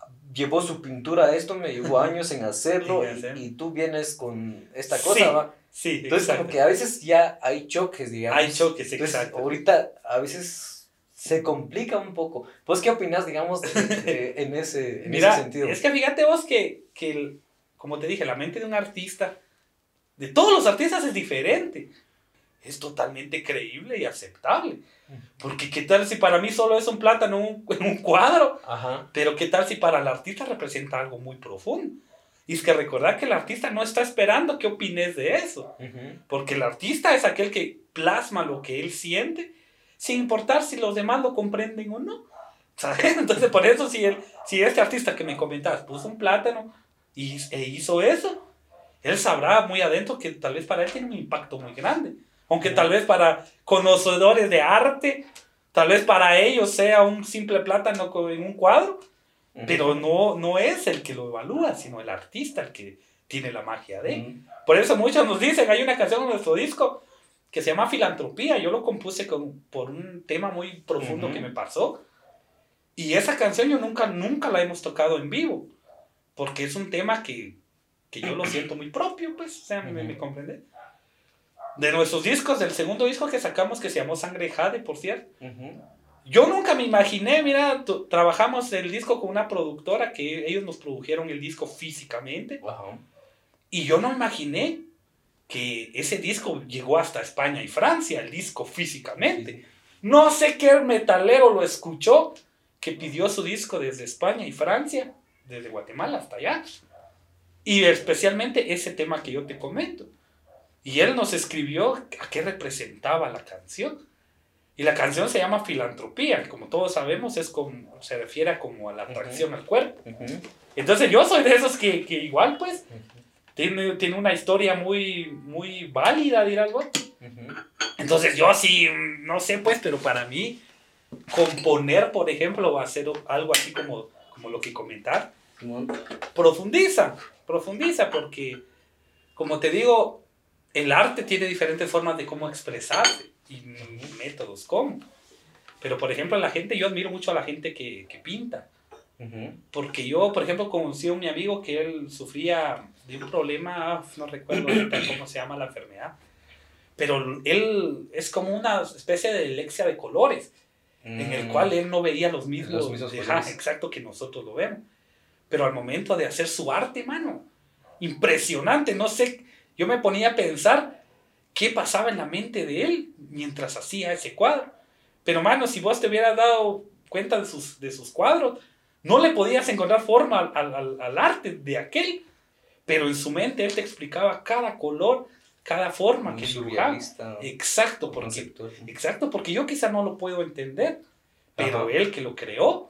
llevó su pintura a esto, me llevó años en hacerlo, y tú vienes con esta cosa, ¿va? Sí, entonces exacto. como que a veces ya hay choques, digamos. Hay choques, entonces, exacto. ahorita a veces se complica un poco. ¿Vos qué opinas, digamos, en ese sentido? Es que fíjate vos que como te dije, la mente de un artista, de todos los artistas es diferente. Es totalmente creíble y aceptable. Porque qué tal si para mí solo es un plátano en un cuadro, Ajá. pero qué tal si para el artista representa algo muy profundo. Y es que recordar que el artista no está esperando que opines de eso. Porque el artista es aquel que plasma lo que él siente, sin importar si los demás lo comprenden o no. ¿Sabes? Entonces, por eso, si este artista que me comentabas puso un plátano e hizo eso, él sabrá muy adentro que tal vez para él tiene un impacto muy grande. Aunque tal vez para conocedores de arte, tal vez para ellos sea un simple plátano en un cuadro, pero no es el que lo evalúa, sino el artista el que tiene la magia de. Por eso muchos nos dicen, hay una canción en nuestro disco que se llama Filantropía. Yo lo compuse por un tema muy profundo que me pasó. Y esa canción yo nunca la hemos tocado en vivo, porque es un tema que yo lo siento muy propio, pues, o sea, ¿me comprende? De nuestros discos, del segundo disco que sacamos, que se llamó Sangre Jade, por cierto, yo nunca me imaginé, mira, trabajamos el disco con una productora que ellos nos produjeron el disco físicamente, y yo no imaginé que ese disco llegó hasta España y Francia, el disco físicamente. No sé qué metalero lo escuchó, que pidió su disco desde España y Francia, desde Guatemala hasta allá. Y especialmente ese tema que yo te comento. Y él nos escribió a qué representaba la canción. Y la canción se llama Filantropía, que como todos sabemos se refiere como a la atracción al cuerpo. Entonces yo soy de esos que igual pues tiene una historia muy, muy válida, dirá algo. Entonces yo sí, no sé pues, pero para mí componer, por ejemplo, va a ser algo así como lo que comentar. Profundiza porque, como te digo, el arte tiene diferentes formas de cómo expresarse y métodos cómo. Pero, por ejemplo, yo admiro mucho a la gente que pinta. Porque yo, por ejemplo, conocí a mi amigo que él sufría de un problema, no recuerdo ahorita cómo se llama la enfermedad, pero él es como una especie de dilexia de colores, en el cual él no veía los mismos colores. Exacto, que nosotros lo vemos. Pero al momento de hacer su arte, mano, impresionante, no sé, yo me ponía a pensar qué pasaba en la mente de él mientras hacía ese cuadro. Pero, mano, si vos te hubieras dado cuenta de sus cuadros, no le podías encontrar forma al arte de aquel, pero en su mente él te explicaba cada color, cada forma que dibujaba. Exacto, porque yo quizá no lo puedo entender, pero él que lo creó,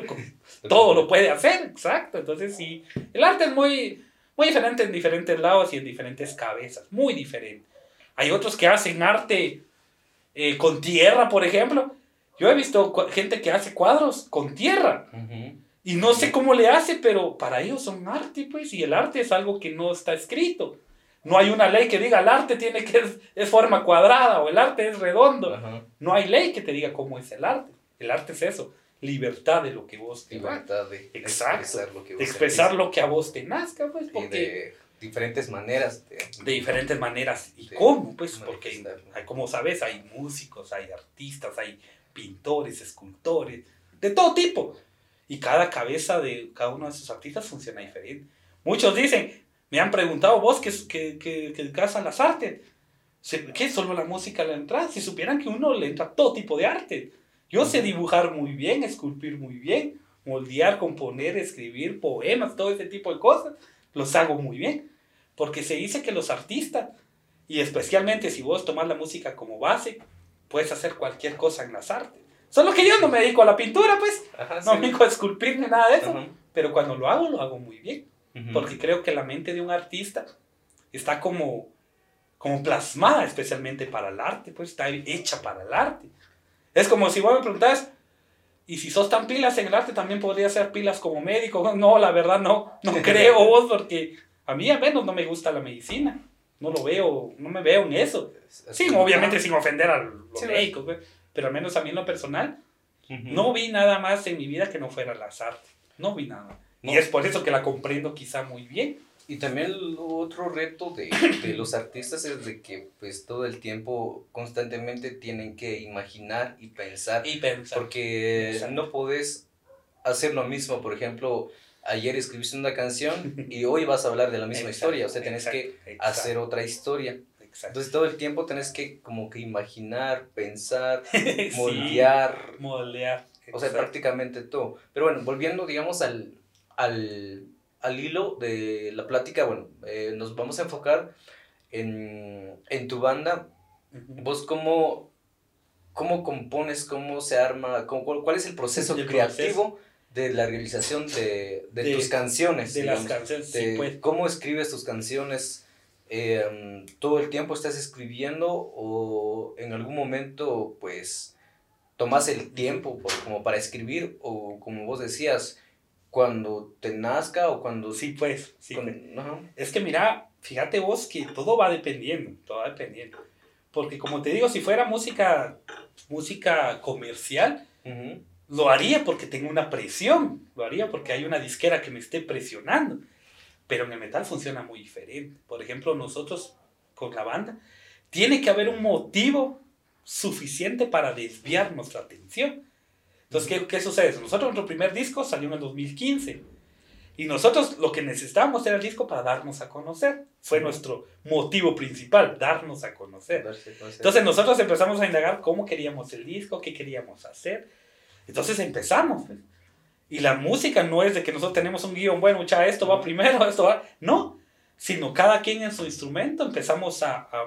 todo lo puede hacer, exacto. Entonces sí, el arte es muy, muy diferente en diferentes lados y en diferentes cabezas, muy diferente. Hay otros que hacen arte con tierra, por ejemplo. Yo he visto gente que hace cuadros con tierra. Y no sé cómo le hace, pero para ellos son arte, pues. Y el arte es algo que no está escrito. No hay una ley que diga el arte tiene que es forma cuadrada o el arte es redondo. No hay ley que te diga cómo es el arte. El arte es eso. Libertad de lo que vos te Libertad de expresar lo que vos expresar lo que a vos te nazca, pues. Porque de diferentes maneras. De diferentes maneras. ¿Y cómo? Pues porque, como sabes, hay músicos, hay artistas, hay pintores, escultores, de todo tipo. Y cada cabeza de cada uno de esos artistas funciona diferente. Muchos dicen, me han preguntado, vos que dedicas a las artes, ¿qué? ¿Solo la música le entra? Si supieran que uno le entra todo tipo de arte. Yo sé dibujar muy bien, esculpir muy bien, moldear, componer, escribir poemas, todo ese tipo de cosas, los hago muy bien. Porque se dice que los artistas, y especialmente si vos tomás la música como base, puedes hacer cualquier cosa en las artes. Solo que yo no me dedico a la pintura, pues. No me dedico a esculpir ni nada de eso. Pero cuando lo hago muy bien. Porque creo que la mente de un artista está como plasmada especialmente para el arte, pues está hecha para el arte. Es como si vos me preguntás, y si sos tan pilas en el arte, también podría ser pilas como médico. No, la verdad no creo vos, porque a mí al menos no me gusta la medicina. No me veo en eso. Sí, obviamente sin ofender a los médicos, pues. Pero al menos a mí en lo personal, no vi nada más en mi vida que no fuera las artes. No vi nada. Y es por eso que la comprendo quizá muy bien. Y también el otro reto de los artistas es de que pues todo el tiempo constantemente tienen que imaginar y pensar. Porque exacto, no podés hacer lo mismo. Por ejemplo, ayer escribiste una canción y hoy vas a hablar de la misma exacto, historia. O sea, tenés que hacer otra historia. Exacto. Entonces todo el tiempo tenés que como que imaginar, pensar, moldear. Sí, moldear. O sea, prácticamente todo. Pero bueno, volviendo digamos al hilo de la plática, bueno, nos vamos a enfocar en tu banda. Uh-huh. ¿Vos cómo compones, cómo se arma, cuál es el proceso creativo de la realización de tus canciones? De digamos, las canciones, sí, pues. ¿Cómo escribes tus canciones? ¿Todo el tiempo estás escribiendo o en algún momento, pues, tomas el tiempo como para escribir o como vos decías, cuando te nazca o cuando... Sí, pues. Sí, pues. Uh-huh. Es que mira, fíjate vos que todo va dependiendo. Porque como te digo, si fuera música comercial, uh-huh, lo haría porque tengo una presión. Lo haría porque hay una disquera que me esté presionando. Pero en el metal funciona muy diferente. Por ejemplo, nosotros con la banda, tiene que haber un motivo suficiente para desviar nuestra atención. Entonces, ¿qué sucede? Nosotros, nuestro primer disco salió en el 2015. Y nosotros lo que necesitábamos era el disco para darnos a conocer. Fue nuestro motivo principal, darnos a conocer. Entonces nosotros empezamos a indagar cómo queríamos el disco, qué queríamos hacer. Entonces empezamos. Y la música no es de que nosotros tenemos un guión, bueno, ya esto va primero, esto va... No, sino cada quien en su instrumento empezamos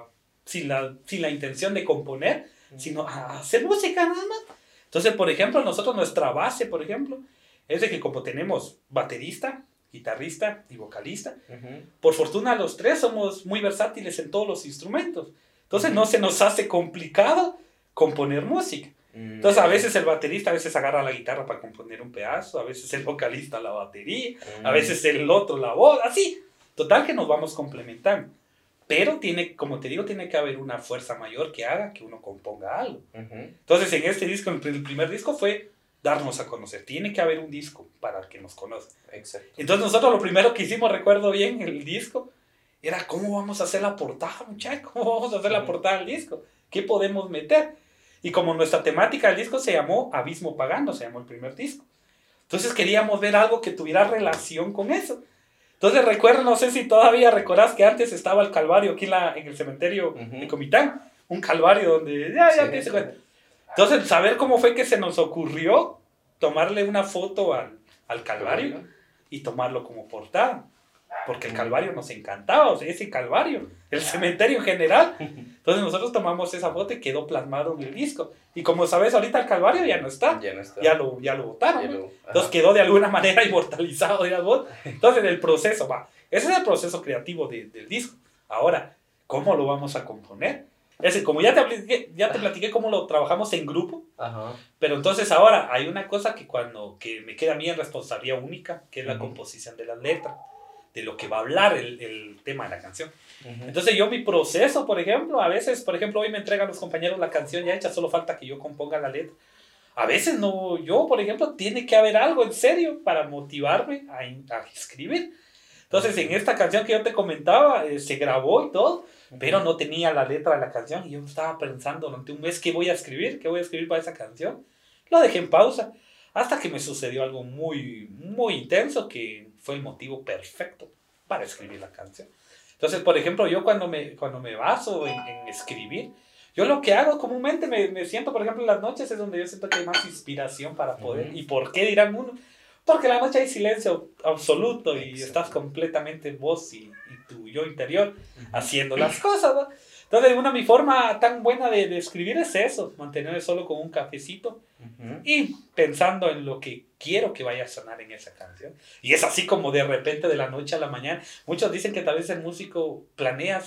sin la intención de componer, sino a hacer música nada más. Entonces, por ejemplo, nosotros nuestra base, por ejemplo, es de que como tenemos baterista, guitarrista y vocalista, uh-huh, por fortuna los tres somos muy versátiles en todos los instrumentos. Entonces, uh-huh, no se nos hace complicado componer música. Uh-huh. Entonces, a veces el baterista a veces agarra la guitarra para componer un pedazo, a veces el vocalista la batería, uh-huh, a veces el otro la voz, así. Total que nos vamos complementando. Pero como te digo, tiene que haber una fuerza mayor que haga que uno componga algo. Uh-huh. Entonces, en este disco, el primer disco fue darnos a conocer. Tiene que haber un disco para que nos conozca. Exacto. Entonces, nosotros lo primero que hicimos, recuerdo bien, el disco, era cómo vamos a hacer la portada, muchachos. ¿Cómo vamos a hacer la portada del disco? ¿Qué podemos meter? Y como nuestra temática del disco se llamó Abismo Pagano, se llamó el primer disco. Entonces, queríamos ver algo que tuviera relación con eso. Entonces recuerdo, no sé si todavía recordás que antes estaba el Calvario aquí en el cementerio, uh-huh, de Comitán. Un Calvario donde ya te hice cuenta. Entonces, saber cómo fue que se nos ocurrió tomarle una foto al Calvario y tomarlo como portada. Porque el Calvario nos encantaba, o sea, ese Calvario, el cementerio en general. Entonces nosotros tomamos esa foto y quedó plasmado en el disco. Y como sabes, ahorita el Calvario ya no está. Ya lo botaron. Entonces quedó de alguna manera inmortalizado, dirás vos. Entonces el proceso, ese es el proceso creativo del disco. Ahora, ¿cómo lo vamos a componer? Es decir, como ya te platiqué cómo lo trabajamos en grupo. Ajá. Pero entonces ahora hay una cosa que me queda a mí en responsabilidad única, que es la composición de las letras, de lo que va a hablar el tema de la canción. Uh-huh. Entonces mi proceso, por ejemplo, a veces, hoy me entregan los compañeros la canción ya hecha, solo falta que yo componga la letra. A veces no, yo, por ejemplo, tiene que haber algo en serio para motivarme a escribir. Entonces, en esta canción que yo te comentaba, se grabó y todo, pero no tenía la letra de la canción y yo estaba pensando durante un mes qué voy a escribir para esa canción. Lo dejé en pausa hasta que me sucedió algo muy, muy intenso que fue el motivo perfecto para escribir la canción. Entonces, por ejemplo, yo cuando me baso en escribir, yo lo que hago comúnmente me siento, por ejemplo, en las noches es donde yo siento que hay más inspiración para poder. Uh-huh. ¿Y por qué dirán uno? Porque en la noche hay silencio absoluto y exacto, estás completamente vos y tu yo interior, uh-huh, haciendo las cosas, ¿no? Entonces, mi forma tan buena de escribir es eso, mantenerme solo con un cafecito, uh-huh, y pensando en lo que quiero que vaya a sonar en esa canción. Y es así como de repente, de la noche a la mañana. Muchos dicen que tal vez el músico planea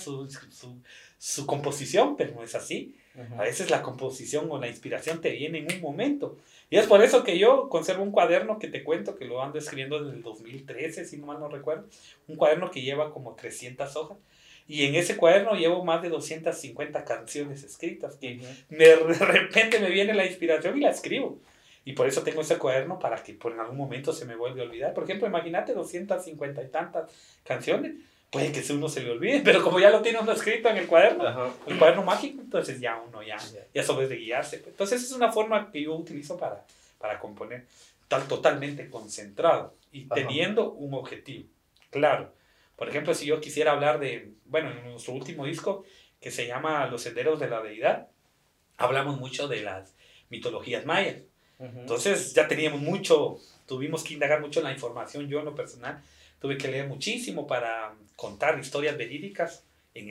su composición, pero no es así. Uh-huh. A veces la composición o la inspiración te viene en un momento. Y es por eso que yo conservo un cuaderno que te cuento, que lo ando escribiendo desde el 2013, si no mal no recuerdo. Un cuaderno que lleva como 300 hojas. Y en ese cuaderno llevo más de 250 canciones escritas, que de repente me viene la inspiración y la escribo. Y por eso tengo ese cuaderno para que por en algún momento se me vuelva a olvidar. Por ejemplo, imagínate 250 y tantas canciones. Puede que uno se le olvide, pero como ya lo tiene uno escrito en el cuaderno mágico, entonces ya uno ya sabe de guiarse. Entonces es una forma que yo utilizo para componer, totalmente concentrado y teniendo un objetivo claro. Por ejemplo, si yo quisiera hablar de, bueno, en nuestro último disco, que se llama Los Senderos de la Deidad, hablamos mucho de las mitologías mayas. Entonces ya tuvimos que indagar mucho en la información. Yo en lo personal tuve que leer muchísimo para contar historias verídicas en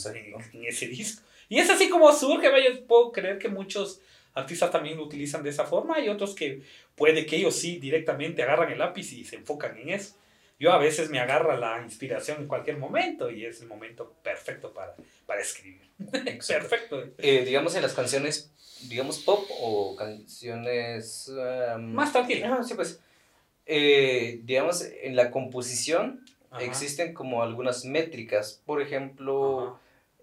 ese disco. Y es así como surge, yo puedo creer que muchos artistas también lo utilizan de esa forma, y otros que puede que ellos sí directamente agarran el lápiz y se enfocan en eso. Yo a veces me agarra la inspiración en cualquier momento y es el momento perfecto para escribir. Perfecto. Digamos en las canciones, digamos pop o canciones... más tranquilas. Sí, pues. Digamos, en la composición existen como algunas métricas. Por ejemplo,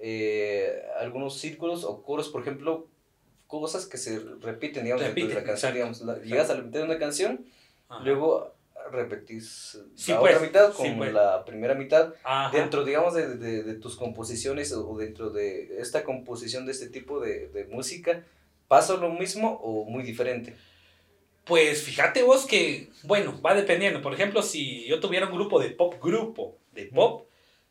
algunos círculos o coros, por ejemplo, cosas que se repiten, digamos, dentro de la canción. Digamos, llegas a la mitad de una canción, luego repetís otra mitad con la primera mitad. Dentro, digamos, de tus composiciones o dentro de esta composición de este tipo de música, ¿pasa lo mismo o muy diferente? Pues fíjate vos que, bueno, va dependiendo. Por ejemplo, si yo tuviera un grupo de pop,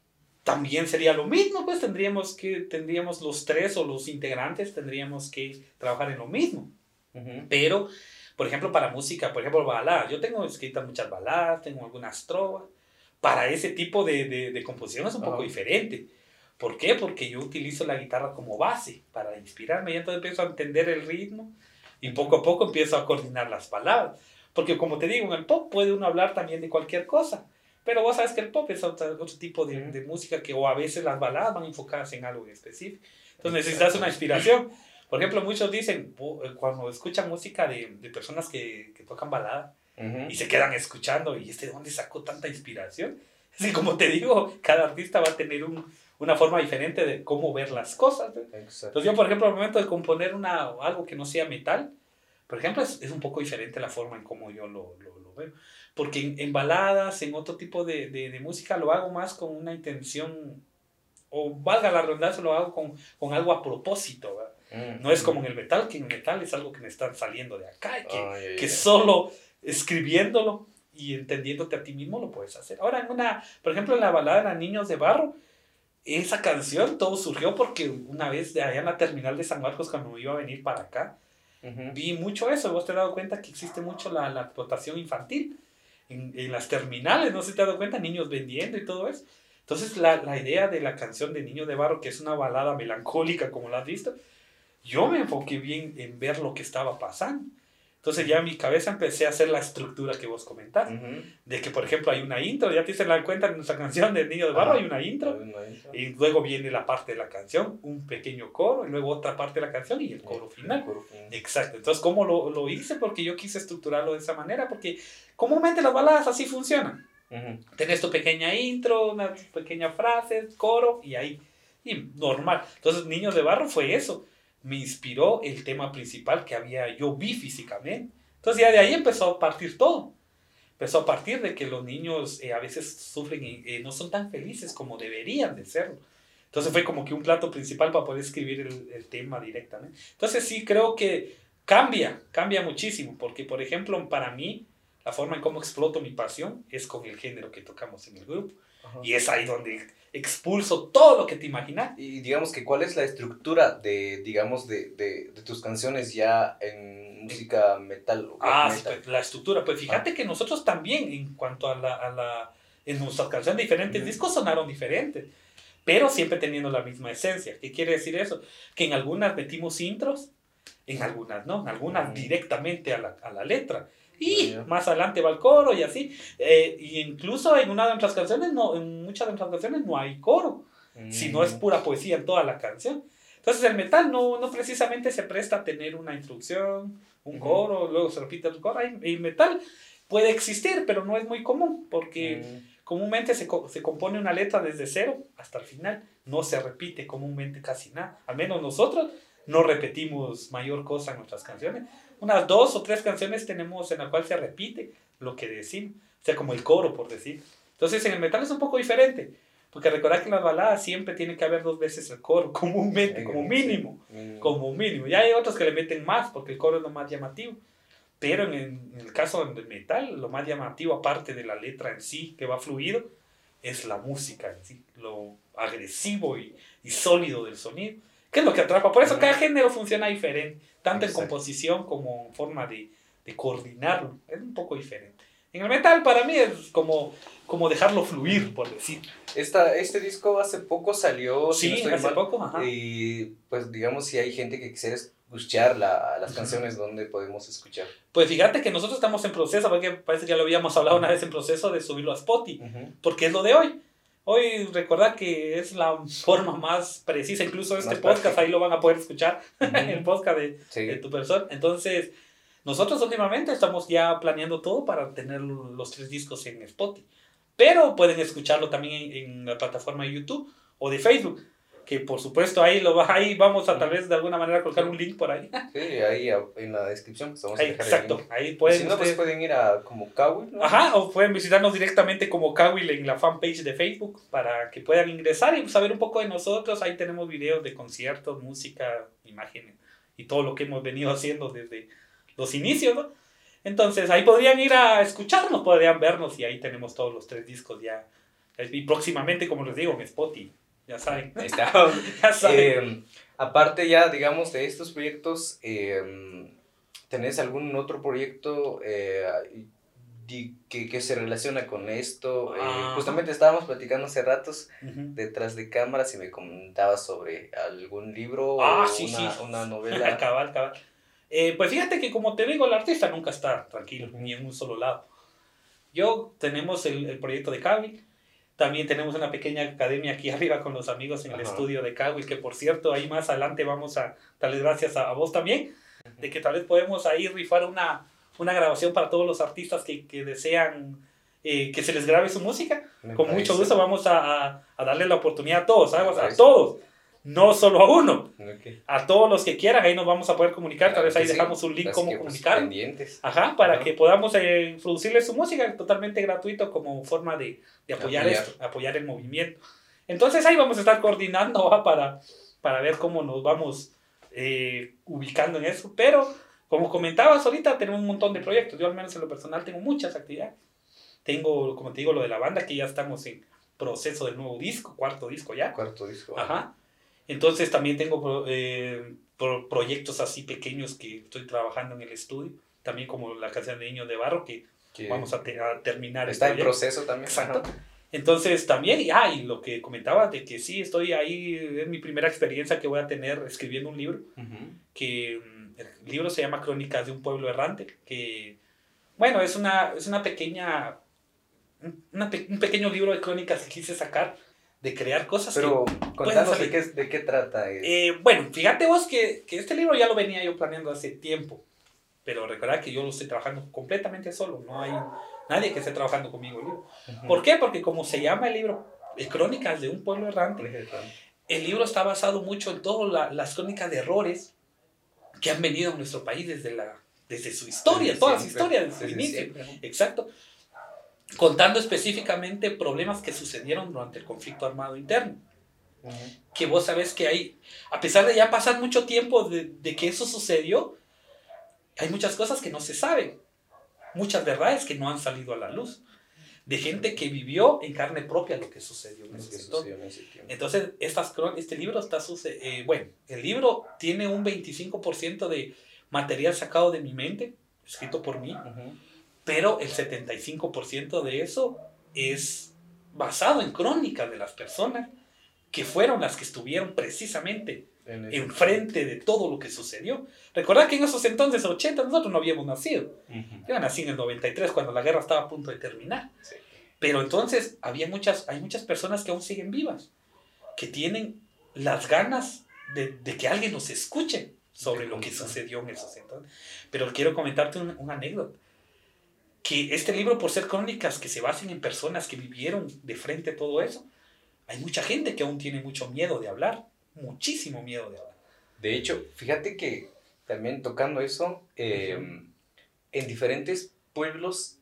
también sería lo mismo, pues tendríamos los tres o los integrantes, tendríamos que trabajar en lo mismo. Pero, por ejemplo, para música, por ejemplo, baladas, yo tengo escritas muchas baladas, tengo algunas trovas. Para ese tipo de composición es un poco diferente. ¿Por qué? Porque yo utilizo la guitarra como base para inspirarme, y entonces empiezo a entender el ritmo y poco a poco empiezo a coordinar las palabras. Porque como te digo, en el pop puede uno hablar también de cualquier cosa. Pero vos sabes que el pop es otro tipo de música, que o a veces las baladas van enfocadas en algo en específico. Entonces necesitas una inspiración. Por ejemplo, muchos dicen, cuando escuchan música de personas que tocan balada, y se quedan escuchando, ¿y de dónde sacó tanta inspiración? Así como te digo, cada artista va a tener una forma diferente de cómo ver las cosas. Entonces yo, por ejemplo, al momento de componer algo que no sea metal, por ejemplo, es un poco diferente la forma en cómo yo lo veo. Porque en baladas, en otro tipo de música, lo hago más con una intención, o valga la redundancia, lo hago con algo a propósito, ¿verdad? No es como en el metal, que en el metal es algo que me está saliendo de acá, que solo escribiéndolo y entendiéndote a ti mismo lo puedes hacer. Ahora, por ejemplo, en la balada de Niños de Barro, esa canción todo surgió porque una vez de allá en la terminal de San Marcos, cuando me iba a venir para acá, vi mucho eso. Vos te has dado cuenta que existe mucho la explotación infantil en las terminales, no sé si te has dado cuenta, niños vendiendo y todo eso. Entonces la idea de la canción de Niños de Barro, que es una balada melancólica como la has visto, yo me enfoqué bien en ver lo que estaba pasando. Entonces ya en mi cabeza empecé a hacer la estructura que vos comentás. De que, por ejemplo, hay una intro, ya te diste la cuenta en nuestra canción de Niño de Barro, hay una intro. Y luego viene la parte de la canción, un pequeño coro, y luego otra parte de la canción y el coro final. Exacto. Entonces, ¿cómo lo hice? Porque yo quise estructurarlo de esa manera, porque comúnmente las baladas así funcionan. Tenés tu pequeña intro, una pequeña frase, coro, y ahí. Y normal. Entonces, Niños de Barro fue eso. Me inspiró el tema principal que yo vi físicamente. Entonces ya de ahí empezó a partir todo. Empezó a partir de que los niños a veces sufren y no son tan felices como deberían de serlo. Entonces fue como que un plato principal para poder escribir el tema directamente. Entonces sí creo que cambia muchísimo, porque por ejemplo para mí la forma en cómo exploto mi pasión es con el género que tocamos en el grupo. Y es ahí donde expulso todo lo que te imaginas. Y digamos que ¿cuál es la estructura de tus canciones ya en música metal? O metal? Pues, la estructura, pues fíjate que nosotros también, en cuanto en nuestras canciones, diferentes discos sonaron diferentes, pero siempre teniendo la misma esencia. ¿Qué quiere decir eso? Que en algunas metimos intros, en algunas no, en algunas directamente a la letra. Y más adelante va el coro y así. Y incluso en muchas de nuestras canciones no hay coro, sino es pura poesía en toda la canción. Entonces el metal no precisamente se presta a tener una introducción, un coro, luego se repite el coro. El metal puede existir, pero no es muy común, porque comúnmente se compone una letra desde cero hasta el final. No se repite comúnmente casi nada. Al menos nosotros no repetimos mayor cosa en nuestras canciones. Unas 2 o 3 canciones tenemos en la cual se repite lo que decimos, o sea, como el coro, por decir. Entonces, en el metal es un poco diferente, porque recordad que en las baladas siempre tiene que haber 2 veces el coro, comúnmente, como mínimo, como mínimo. Ya hay otros que le meten más, porque el coro es lo más llamativo. Pero en el caso del metal, lo más llamativo, aparte de la letra en sí, que va fluido, es la música en sí, lo agresivo y sólido del sonido. ¿Qué es lo que atrapa? Por eso cada género funciona diferente, tanto en composición como en forma de coordinarlo. Es un poco diferente. En el metal para mí es como dejarlo fluir, por decir. Este disco hace poco salió. Sí, si no hace poco, ajá. Y pues digamos, si hay gente que quisiera escuchar las canciones, ¿dónde podemos escuchar? Pues fíjate que nosotros estamos en proceso, porque parece que ya lo habíamos hablado una vez, en proceso de subirlo a Spotify, porque es lo de hoy. Hoy recordad que es la forma más precisa, incluso este podcast práctica. Ahí lo van a poder escuchar, el podcast de tu persona. Entonces, nosotros últimamente estamos ya planeando todo para tener los 3 discos en Spotify. Pero pueden escucharlo también en la plataforma de YouTube o de Facebook, que por supuesto ahí vamos a tal vez de alguna manera colocar un link por ahí. Sí, ahí en la descripción pues vamos a dejar exacto, el link. Ahí pueden. Si no, pues pueden ir a como Kawil, ¿no? Ajá, o pueden visitarnos directamente como Kawil en la fanpage de Facebook para que puedan ingresar y saber un poco de nosotros. Ahí tenemos videos de conciertos, música, imágenes y todo lo que hemos venido haciendo desde los inicios, ¿no? Entonces ahí podrían ir a escucharnos, podrían vernos y ahí tenemos todos los 3 discos ya. Y próximamente, como les digo, en Spotify. Ya saben. Ahí está. Ya saben. Aparte ya, digamos, de estos proyectos, ¿tenés algún otro proyecto que se relaciona con esto? Justamente estábamos platicando hace ratos detrás de cámaras y me comentabas sobre algún libro o una novela. Cabal. Pues fíjate que, como te digo, el artista nunca está tranquilo, ni en un solo lado. Tenemos el proyecto de Kawil. También tenemos una pequeña academia aquí arriba con los amigos en el estudio de Kawil, que por cierto, ahí más adelante vamos a darles gracias a vos también, de que tal vez podemos ahí rifar una grabación para todos los artistas que desean que se les grabe su música. Con mucho gusto vamos a darle la oportunidad a todos, ¿sabes? A todos. No solo a uno, a todos los que quieran, ahí nos vamos a poder comunicar, tal vez ahí dejamos un link cómo comunicar. Para que podamos producirles su música totalmente gratuito como forma de apoyar el movimiento. Entonces ahí vamos a estar coordinando para ver cómo nos vamos ubicando en eso, pero como comentabas ahorita, tenemos un montón de proyectos. Yo al menos en lo personal tengo muchas actividades. Tengo, como te digo, lo de la banda, que ya estamos en proceso del nuevo disco, cuarto disco. Ajá. Entonces también tengo proyectos así pequeños que estoy trabajando en el estudio, también como la canción de Niños de Barro, que vamos a terminar. Está en proceso también. Exacto. Entonces también, y lo que comentaba de que sí, estoy ahí, es mi primera experiencia que voy a tener escribiendo un libro, que el libro se llama Crónicas de un pueblo errante, que, bueno, es una pequeña, un pequeño libro de crónicas que quise sacar, de crear cosas. Pero contanos de qué trata. Bueno, fíjate vos que este libro ya lo venía yo planeando hace tiempo, pero recordad que yo lo estoy trabajando completamente solo, no hay nadie que esté trabajando conmigo el libro. ¿Por qué? Porque como se llama el libro Crónicas de un pueblo errante, el libro está basado mucho en todas las crónicas de errores que han venido a nuestro país desde su historia, todas las historias desde su inicio. Siempre. Exacto. Contando específicamente problemas que sucedieron durante el conflicto armado interno. Que vos sabés que hay, a pesar de ya pasar mucho tiempo de que eso sucedió, hay muchas cosas que no se saben, muchas verdades que no han salido a la luz, de gente que vivió en carne propia lo que sucedió en ese tiempo. Entonces, este libro el libro tiene un 25% de material sacado de mi mente, escrito por mí, pero el 75% de eso es basado en crónicas de las personas que fueron las que estuvieron precisamente enfrente de todo lo que sucedió. Recordad que en esos entonces, 80, nosotros no habíamos nacido. Yo nací en el 93, cuando la guerra estaba a punto de terminar. Sí. Pero entonces hay muchas personas que aún siguen vivas, que tienen las ganas de que alguien nos escuche sobre lo que sucedió en esos entonces. Pero quiero comentarte una anécdota. Que este libro, por ser crónicas que se basen en personas que vivieron de frente a todo eso, hay mucha gente que aún tiene mucho miedo de hablar, muchísimo miedo de hablar. De hecho, fíjate que también tocando eso, en diferentes pueblos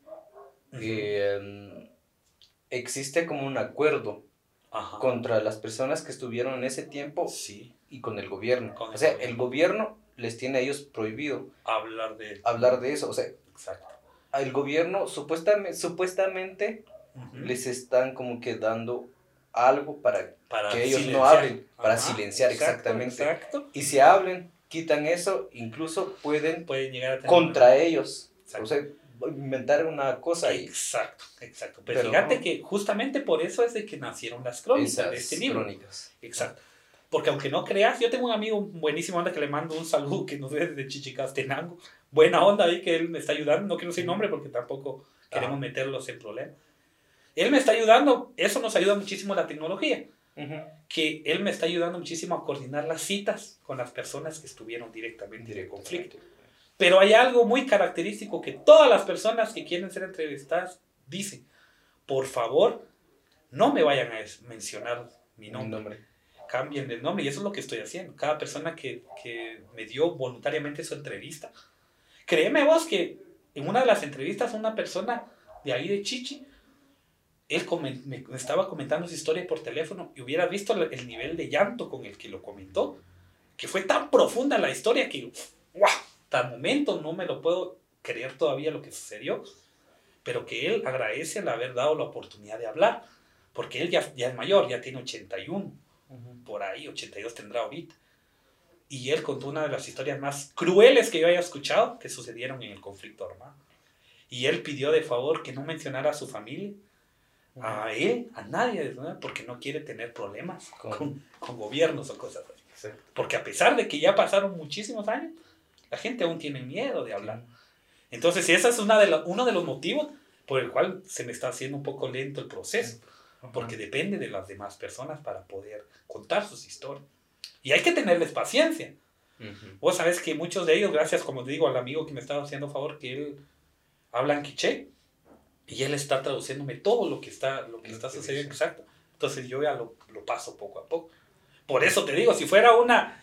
existe como un acuerdo contra las personas que estuvieron en ese tiempo y con el gobierno. O sea, el gobierno les tiene a ellos prohibido hablar de eso. O sea, exacto. El gobierno supuestamente les están como que dando algo para que ellos silenciar. No hablen, para silenciar, exactamente. Exacto. Y si hablen, quitan eso, incluso pueden llegar a tener contra ellos. Exacto. O sea, inventar una cosa ahí. Exacto. Pero fíjate que justamente por eso es de que nacieron las crónicas de este libro. Crónicas. Exacto. Porque aunque no creas, yo tengo un amigo buenísimo onda que le mando un saludo que nos ve desde Chichicastenango. Buena onda ahí que él me está ayudando. No quiero decir nombre porque tampoco queremos meterlos en problemas. Él me está ayudando. Eso nos ayuda muchísimo la tecnología. Que él me está ayudando muchísimo a coordinar las citas con las personas que estuvieron directamente en el conflicto. Pero hay algo muy característico que todas las personas que quieren ser entrevistadas dicen: por favor, no me vayan a mencionar mi nombre. Cambien el nombre, y eso es lo que estoy haciendo. Cada persona que me dio voluntariamente su entrevista, créeme vos que en una de las entrevistas una persona de ahí de Chichi, él me estaba comentando su historia por teléfono y hubiera visto el nivel de llanto con el que lo comentó, que fue tan profunda la historia que ¡wow! Hasta el momento no me lo puedo creer todavía lo que sucedió, pero que él agradece el haber dado la oportunidad de hablar, porque él ya es mayor, ya tiene 81, por ahí 82 tendrá ahorita, y él contó una de las historias más crueles que yo haya escuchado que sucedieron en el conflicto armado, y él pidió de favor que no mencionara a su familia, a él, a nadie, ¿no? Porque no quiere tener problemas con gobiernos o cosas así. Exacto. Porque a pesar de que ya pasaron muchísimos años, la gente aún tiene miedo de hablar. Entonces, ese es uno de los motivos por el cual se me está haciendo un poco lento el proceso. Porque depende de las demás personas para poder contar sus historias. Y hay que tenerles paciencia. Vos sabés que muchos de ellos, gracias, como te digo, al amigo que me estaba haciendo favor, que él habla en quiché, y él está traduciéndome todo lo que está sucediendo. Exacto. Entonces yo ya lo paso poco a poco. Por eso te digo, si fuera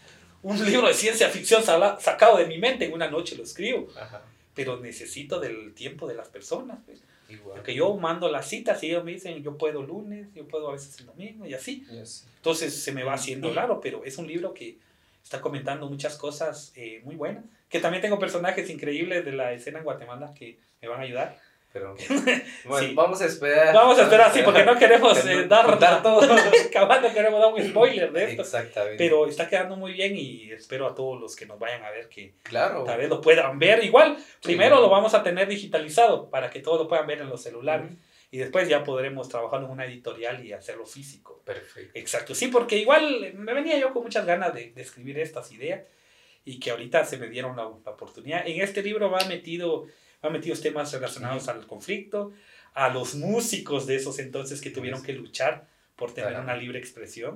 un libro de ciencia ficción sacado de mi mente, en una noche lo escribo. Pero necesito del tiempo de las personas. ¿Ves? Porque yo mando las citas y ellos me dicen, yo puedo lunes, yo puedo a veces el domingo y así. Entonces se me va haciendo largo, pero es un libro que está comentando muchas cosas muy buenas. Que también tengo personajes increíbles de la escena en Guatemala que me van a ayudar. Pero bueno, sí. Vamos a esperar, sí, porque no queremos dar todo. Cabal, no queremos dar un spoiler de esto. Exactamente. Pero está quedando muy bien y espero a todos los que nos vayan a ver que tal vez lo puedan ver. Igual, primero lo vamos a tener digitalizado para que todos lo puedan ver en los celulares. Y después ya podremos trabajar en una editorial y hacerlo físico. Perfecto. Exacto, sí, porque igual me venía yo con muchas ganas de escribir estas ideas y que ahorita se me dieron la oportunidad. En este libro va metidos temas relacionados al conflicto, a los músicos de esos entonces que tuvieron que luchar por tener una libre expresión.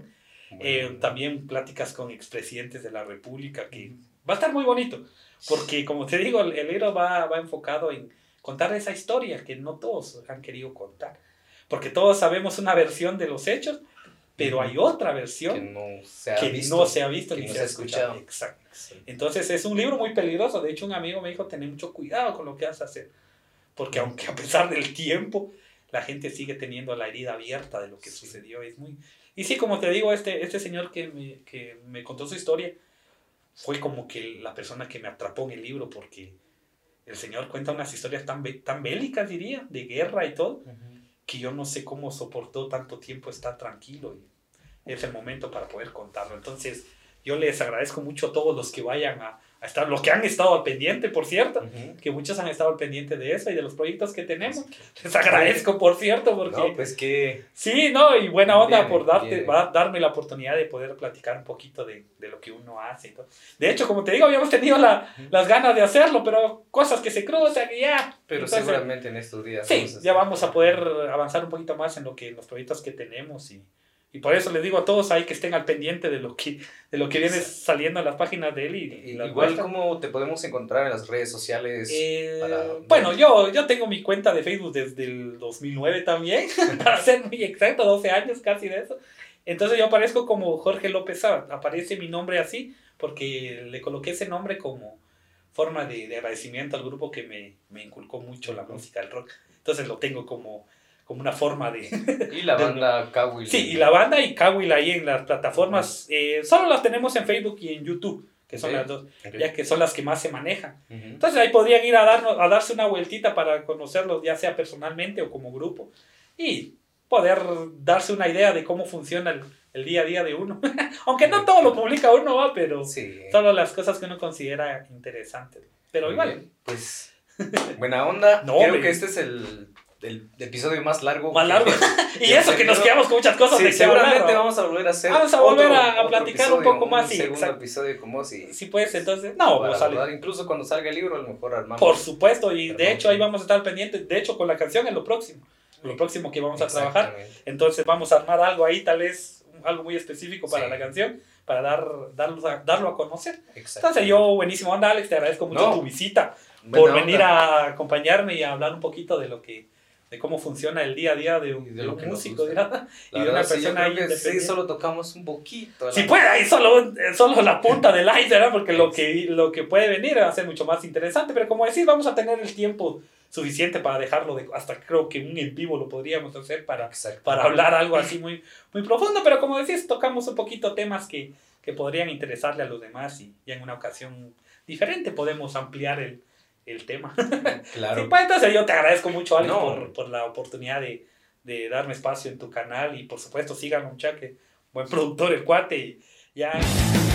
También pláticas con expresidentes de la República, que va a estar muy bonito, porque como te digo, el libro va enfocado en contar esa historia que no todos han querido contar, porque todos sabemos una versión de los hechos, pero hay otra versión que no se ha visto ni se ha escuchado. Exacto. Entonces es un libro muy peligroso. De hecho, un amigo me dijo, ten mucho cuidado con lo que vas a hacer, porque aunque a pesar del tiempo la gente sigue teniendo la herida abierta de lo que sucedió. Y sí, como te digo, este señor que me contó su historia fue como que la persona que me atrapó en el libro, porque el señor cuenta unas historias tan bélicas, diría, de guerra y todo, que yo no sé cómo soportó tanto tiempo estar tranquilo, y es el momento para poder contarlo. Entonces yo les agradezco mucho a todos los que vayan a estar, los que han estado al pendiente, por cierto, que muchos han estado al pendiente de eso y de los proyectos que tenemos. Les agradezco, por cierto, porque... No, pues que... Sí, no, y buena onda por darme la oportunidad de poder platicar un poquito de lo que uno hace y todo. De hecho, como te digo, habíamos tenido las ganas de hacerlo, pero cosas que se cruzan y ya. Pero entonces, seguramente en estos días... Sí, ya vamos a poder avanzar un poquito más en los proyectos que tenemos y por eso les digo a todos ahí que estén al pendiente de lo que viene saliendo en las páginas de él. Igual, ¿cómo te podemos encontrar en las redes sociales? Bueno, yo tengo mi cuenta de Facebook desde el 2009 también, para ser muy exacto, 12 años casi de eso. Entonces yo aparezco como Jorge López Saba, aparece mi nombre así, porque le coloqué ese nombre como forma de agradecimiento al grupo que me inculcó mucho la música del rock. Entonces lo tengo como una forma de... Y la banda Kawil. Sí, y la banda y Kawil ahí en las plataformas, solo las tenemos en Facebook y en YouTube, que son las dos, ya que son las que más se manejan. Entonces ahí podrían ir a darse una vueltita para conocerlos, ya sea personalmente o como grupo, y poder darse una idea de cómo funciona el día a día de uno. Aunque no todo lo publica uno, ¿va? Pero solo las cosas que uno considera interesantes. Pero igual. Bien, pues, buena onda. Creo que este es el episodio más largo. Más largo. Y eso que nos quedamos con muchas cosas. Sí, seguramente vamos a volver a hacer. Vamos a volver a platicar un poco más. Un segundo episodio como si. Sí, pues entonces. No, vamos a hablar. Incluso cuando salga el libro, a lo mejor armamos. Por supuesto, y de hecho ahí vamos a estar pendientes. De hecho, con la canción es lo próximo. Lo próximo que vamos a trabajar. Entonces vamos a armar algo ahí, tal vez algo muy específico para la canción, para darlo a conocer. Entonces yo, buenísimo, onda, Alex, te agradezco mucho tu visita, por venir a acompañarme y a hablar un poquito de cómo funciona el día a día de un músico, y de una persona ahí independiente. Sí, solo tocamos un poquito. Sí, puede, ahí solo la punta del iceberg, porque lo que puede venir va a ser mucho más interesante, pero como decís, vamos a tener el tiempo suficiente para dejarlo, hasta creo que un en vivo lo podríamos hacer para hablar algo así muy, muy profundo, pero como decís, tocamos un poquito temas que podrían interesarle a los demás y en una ocasión diferente podemos ampliar el tema. Claro. Sí, pues entonces yo te agradezco mucho, Alex, por la oportunidad de darme espacio en tu canal y por supuesto síganme, muchacho, buen productor el cuate y ya...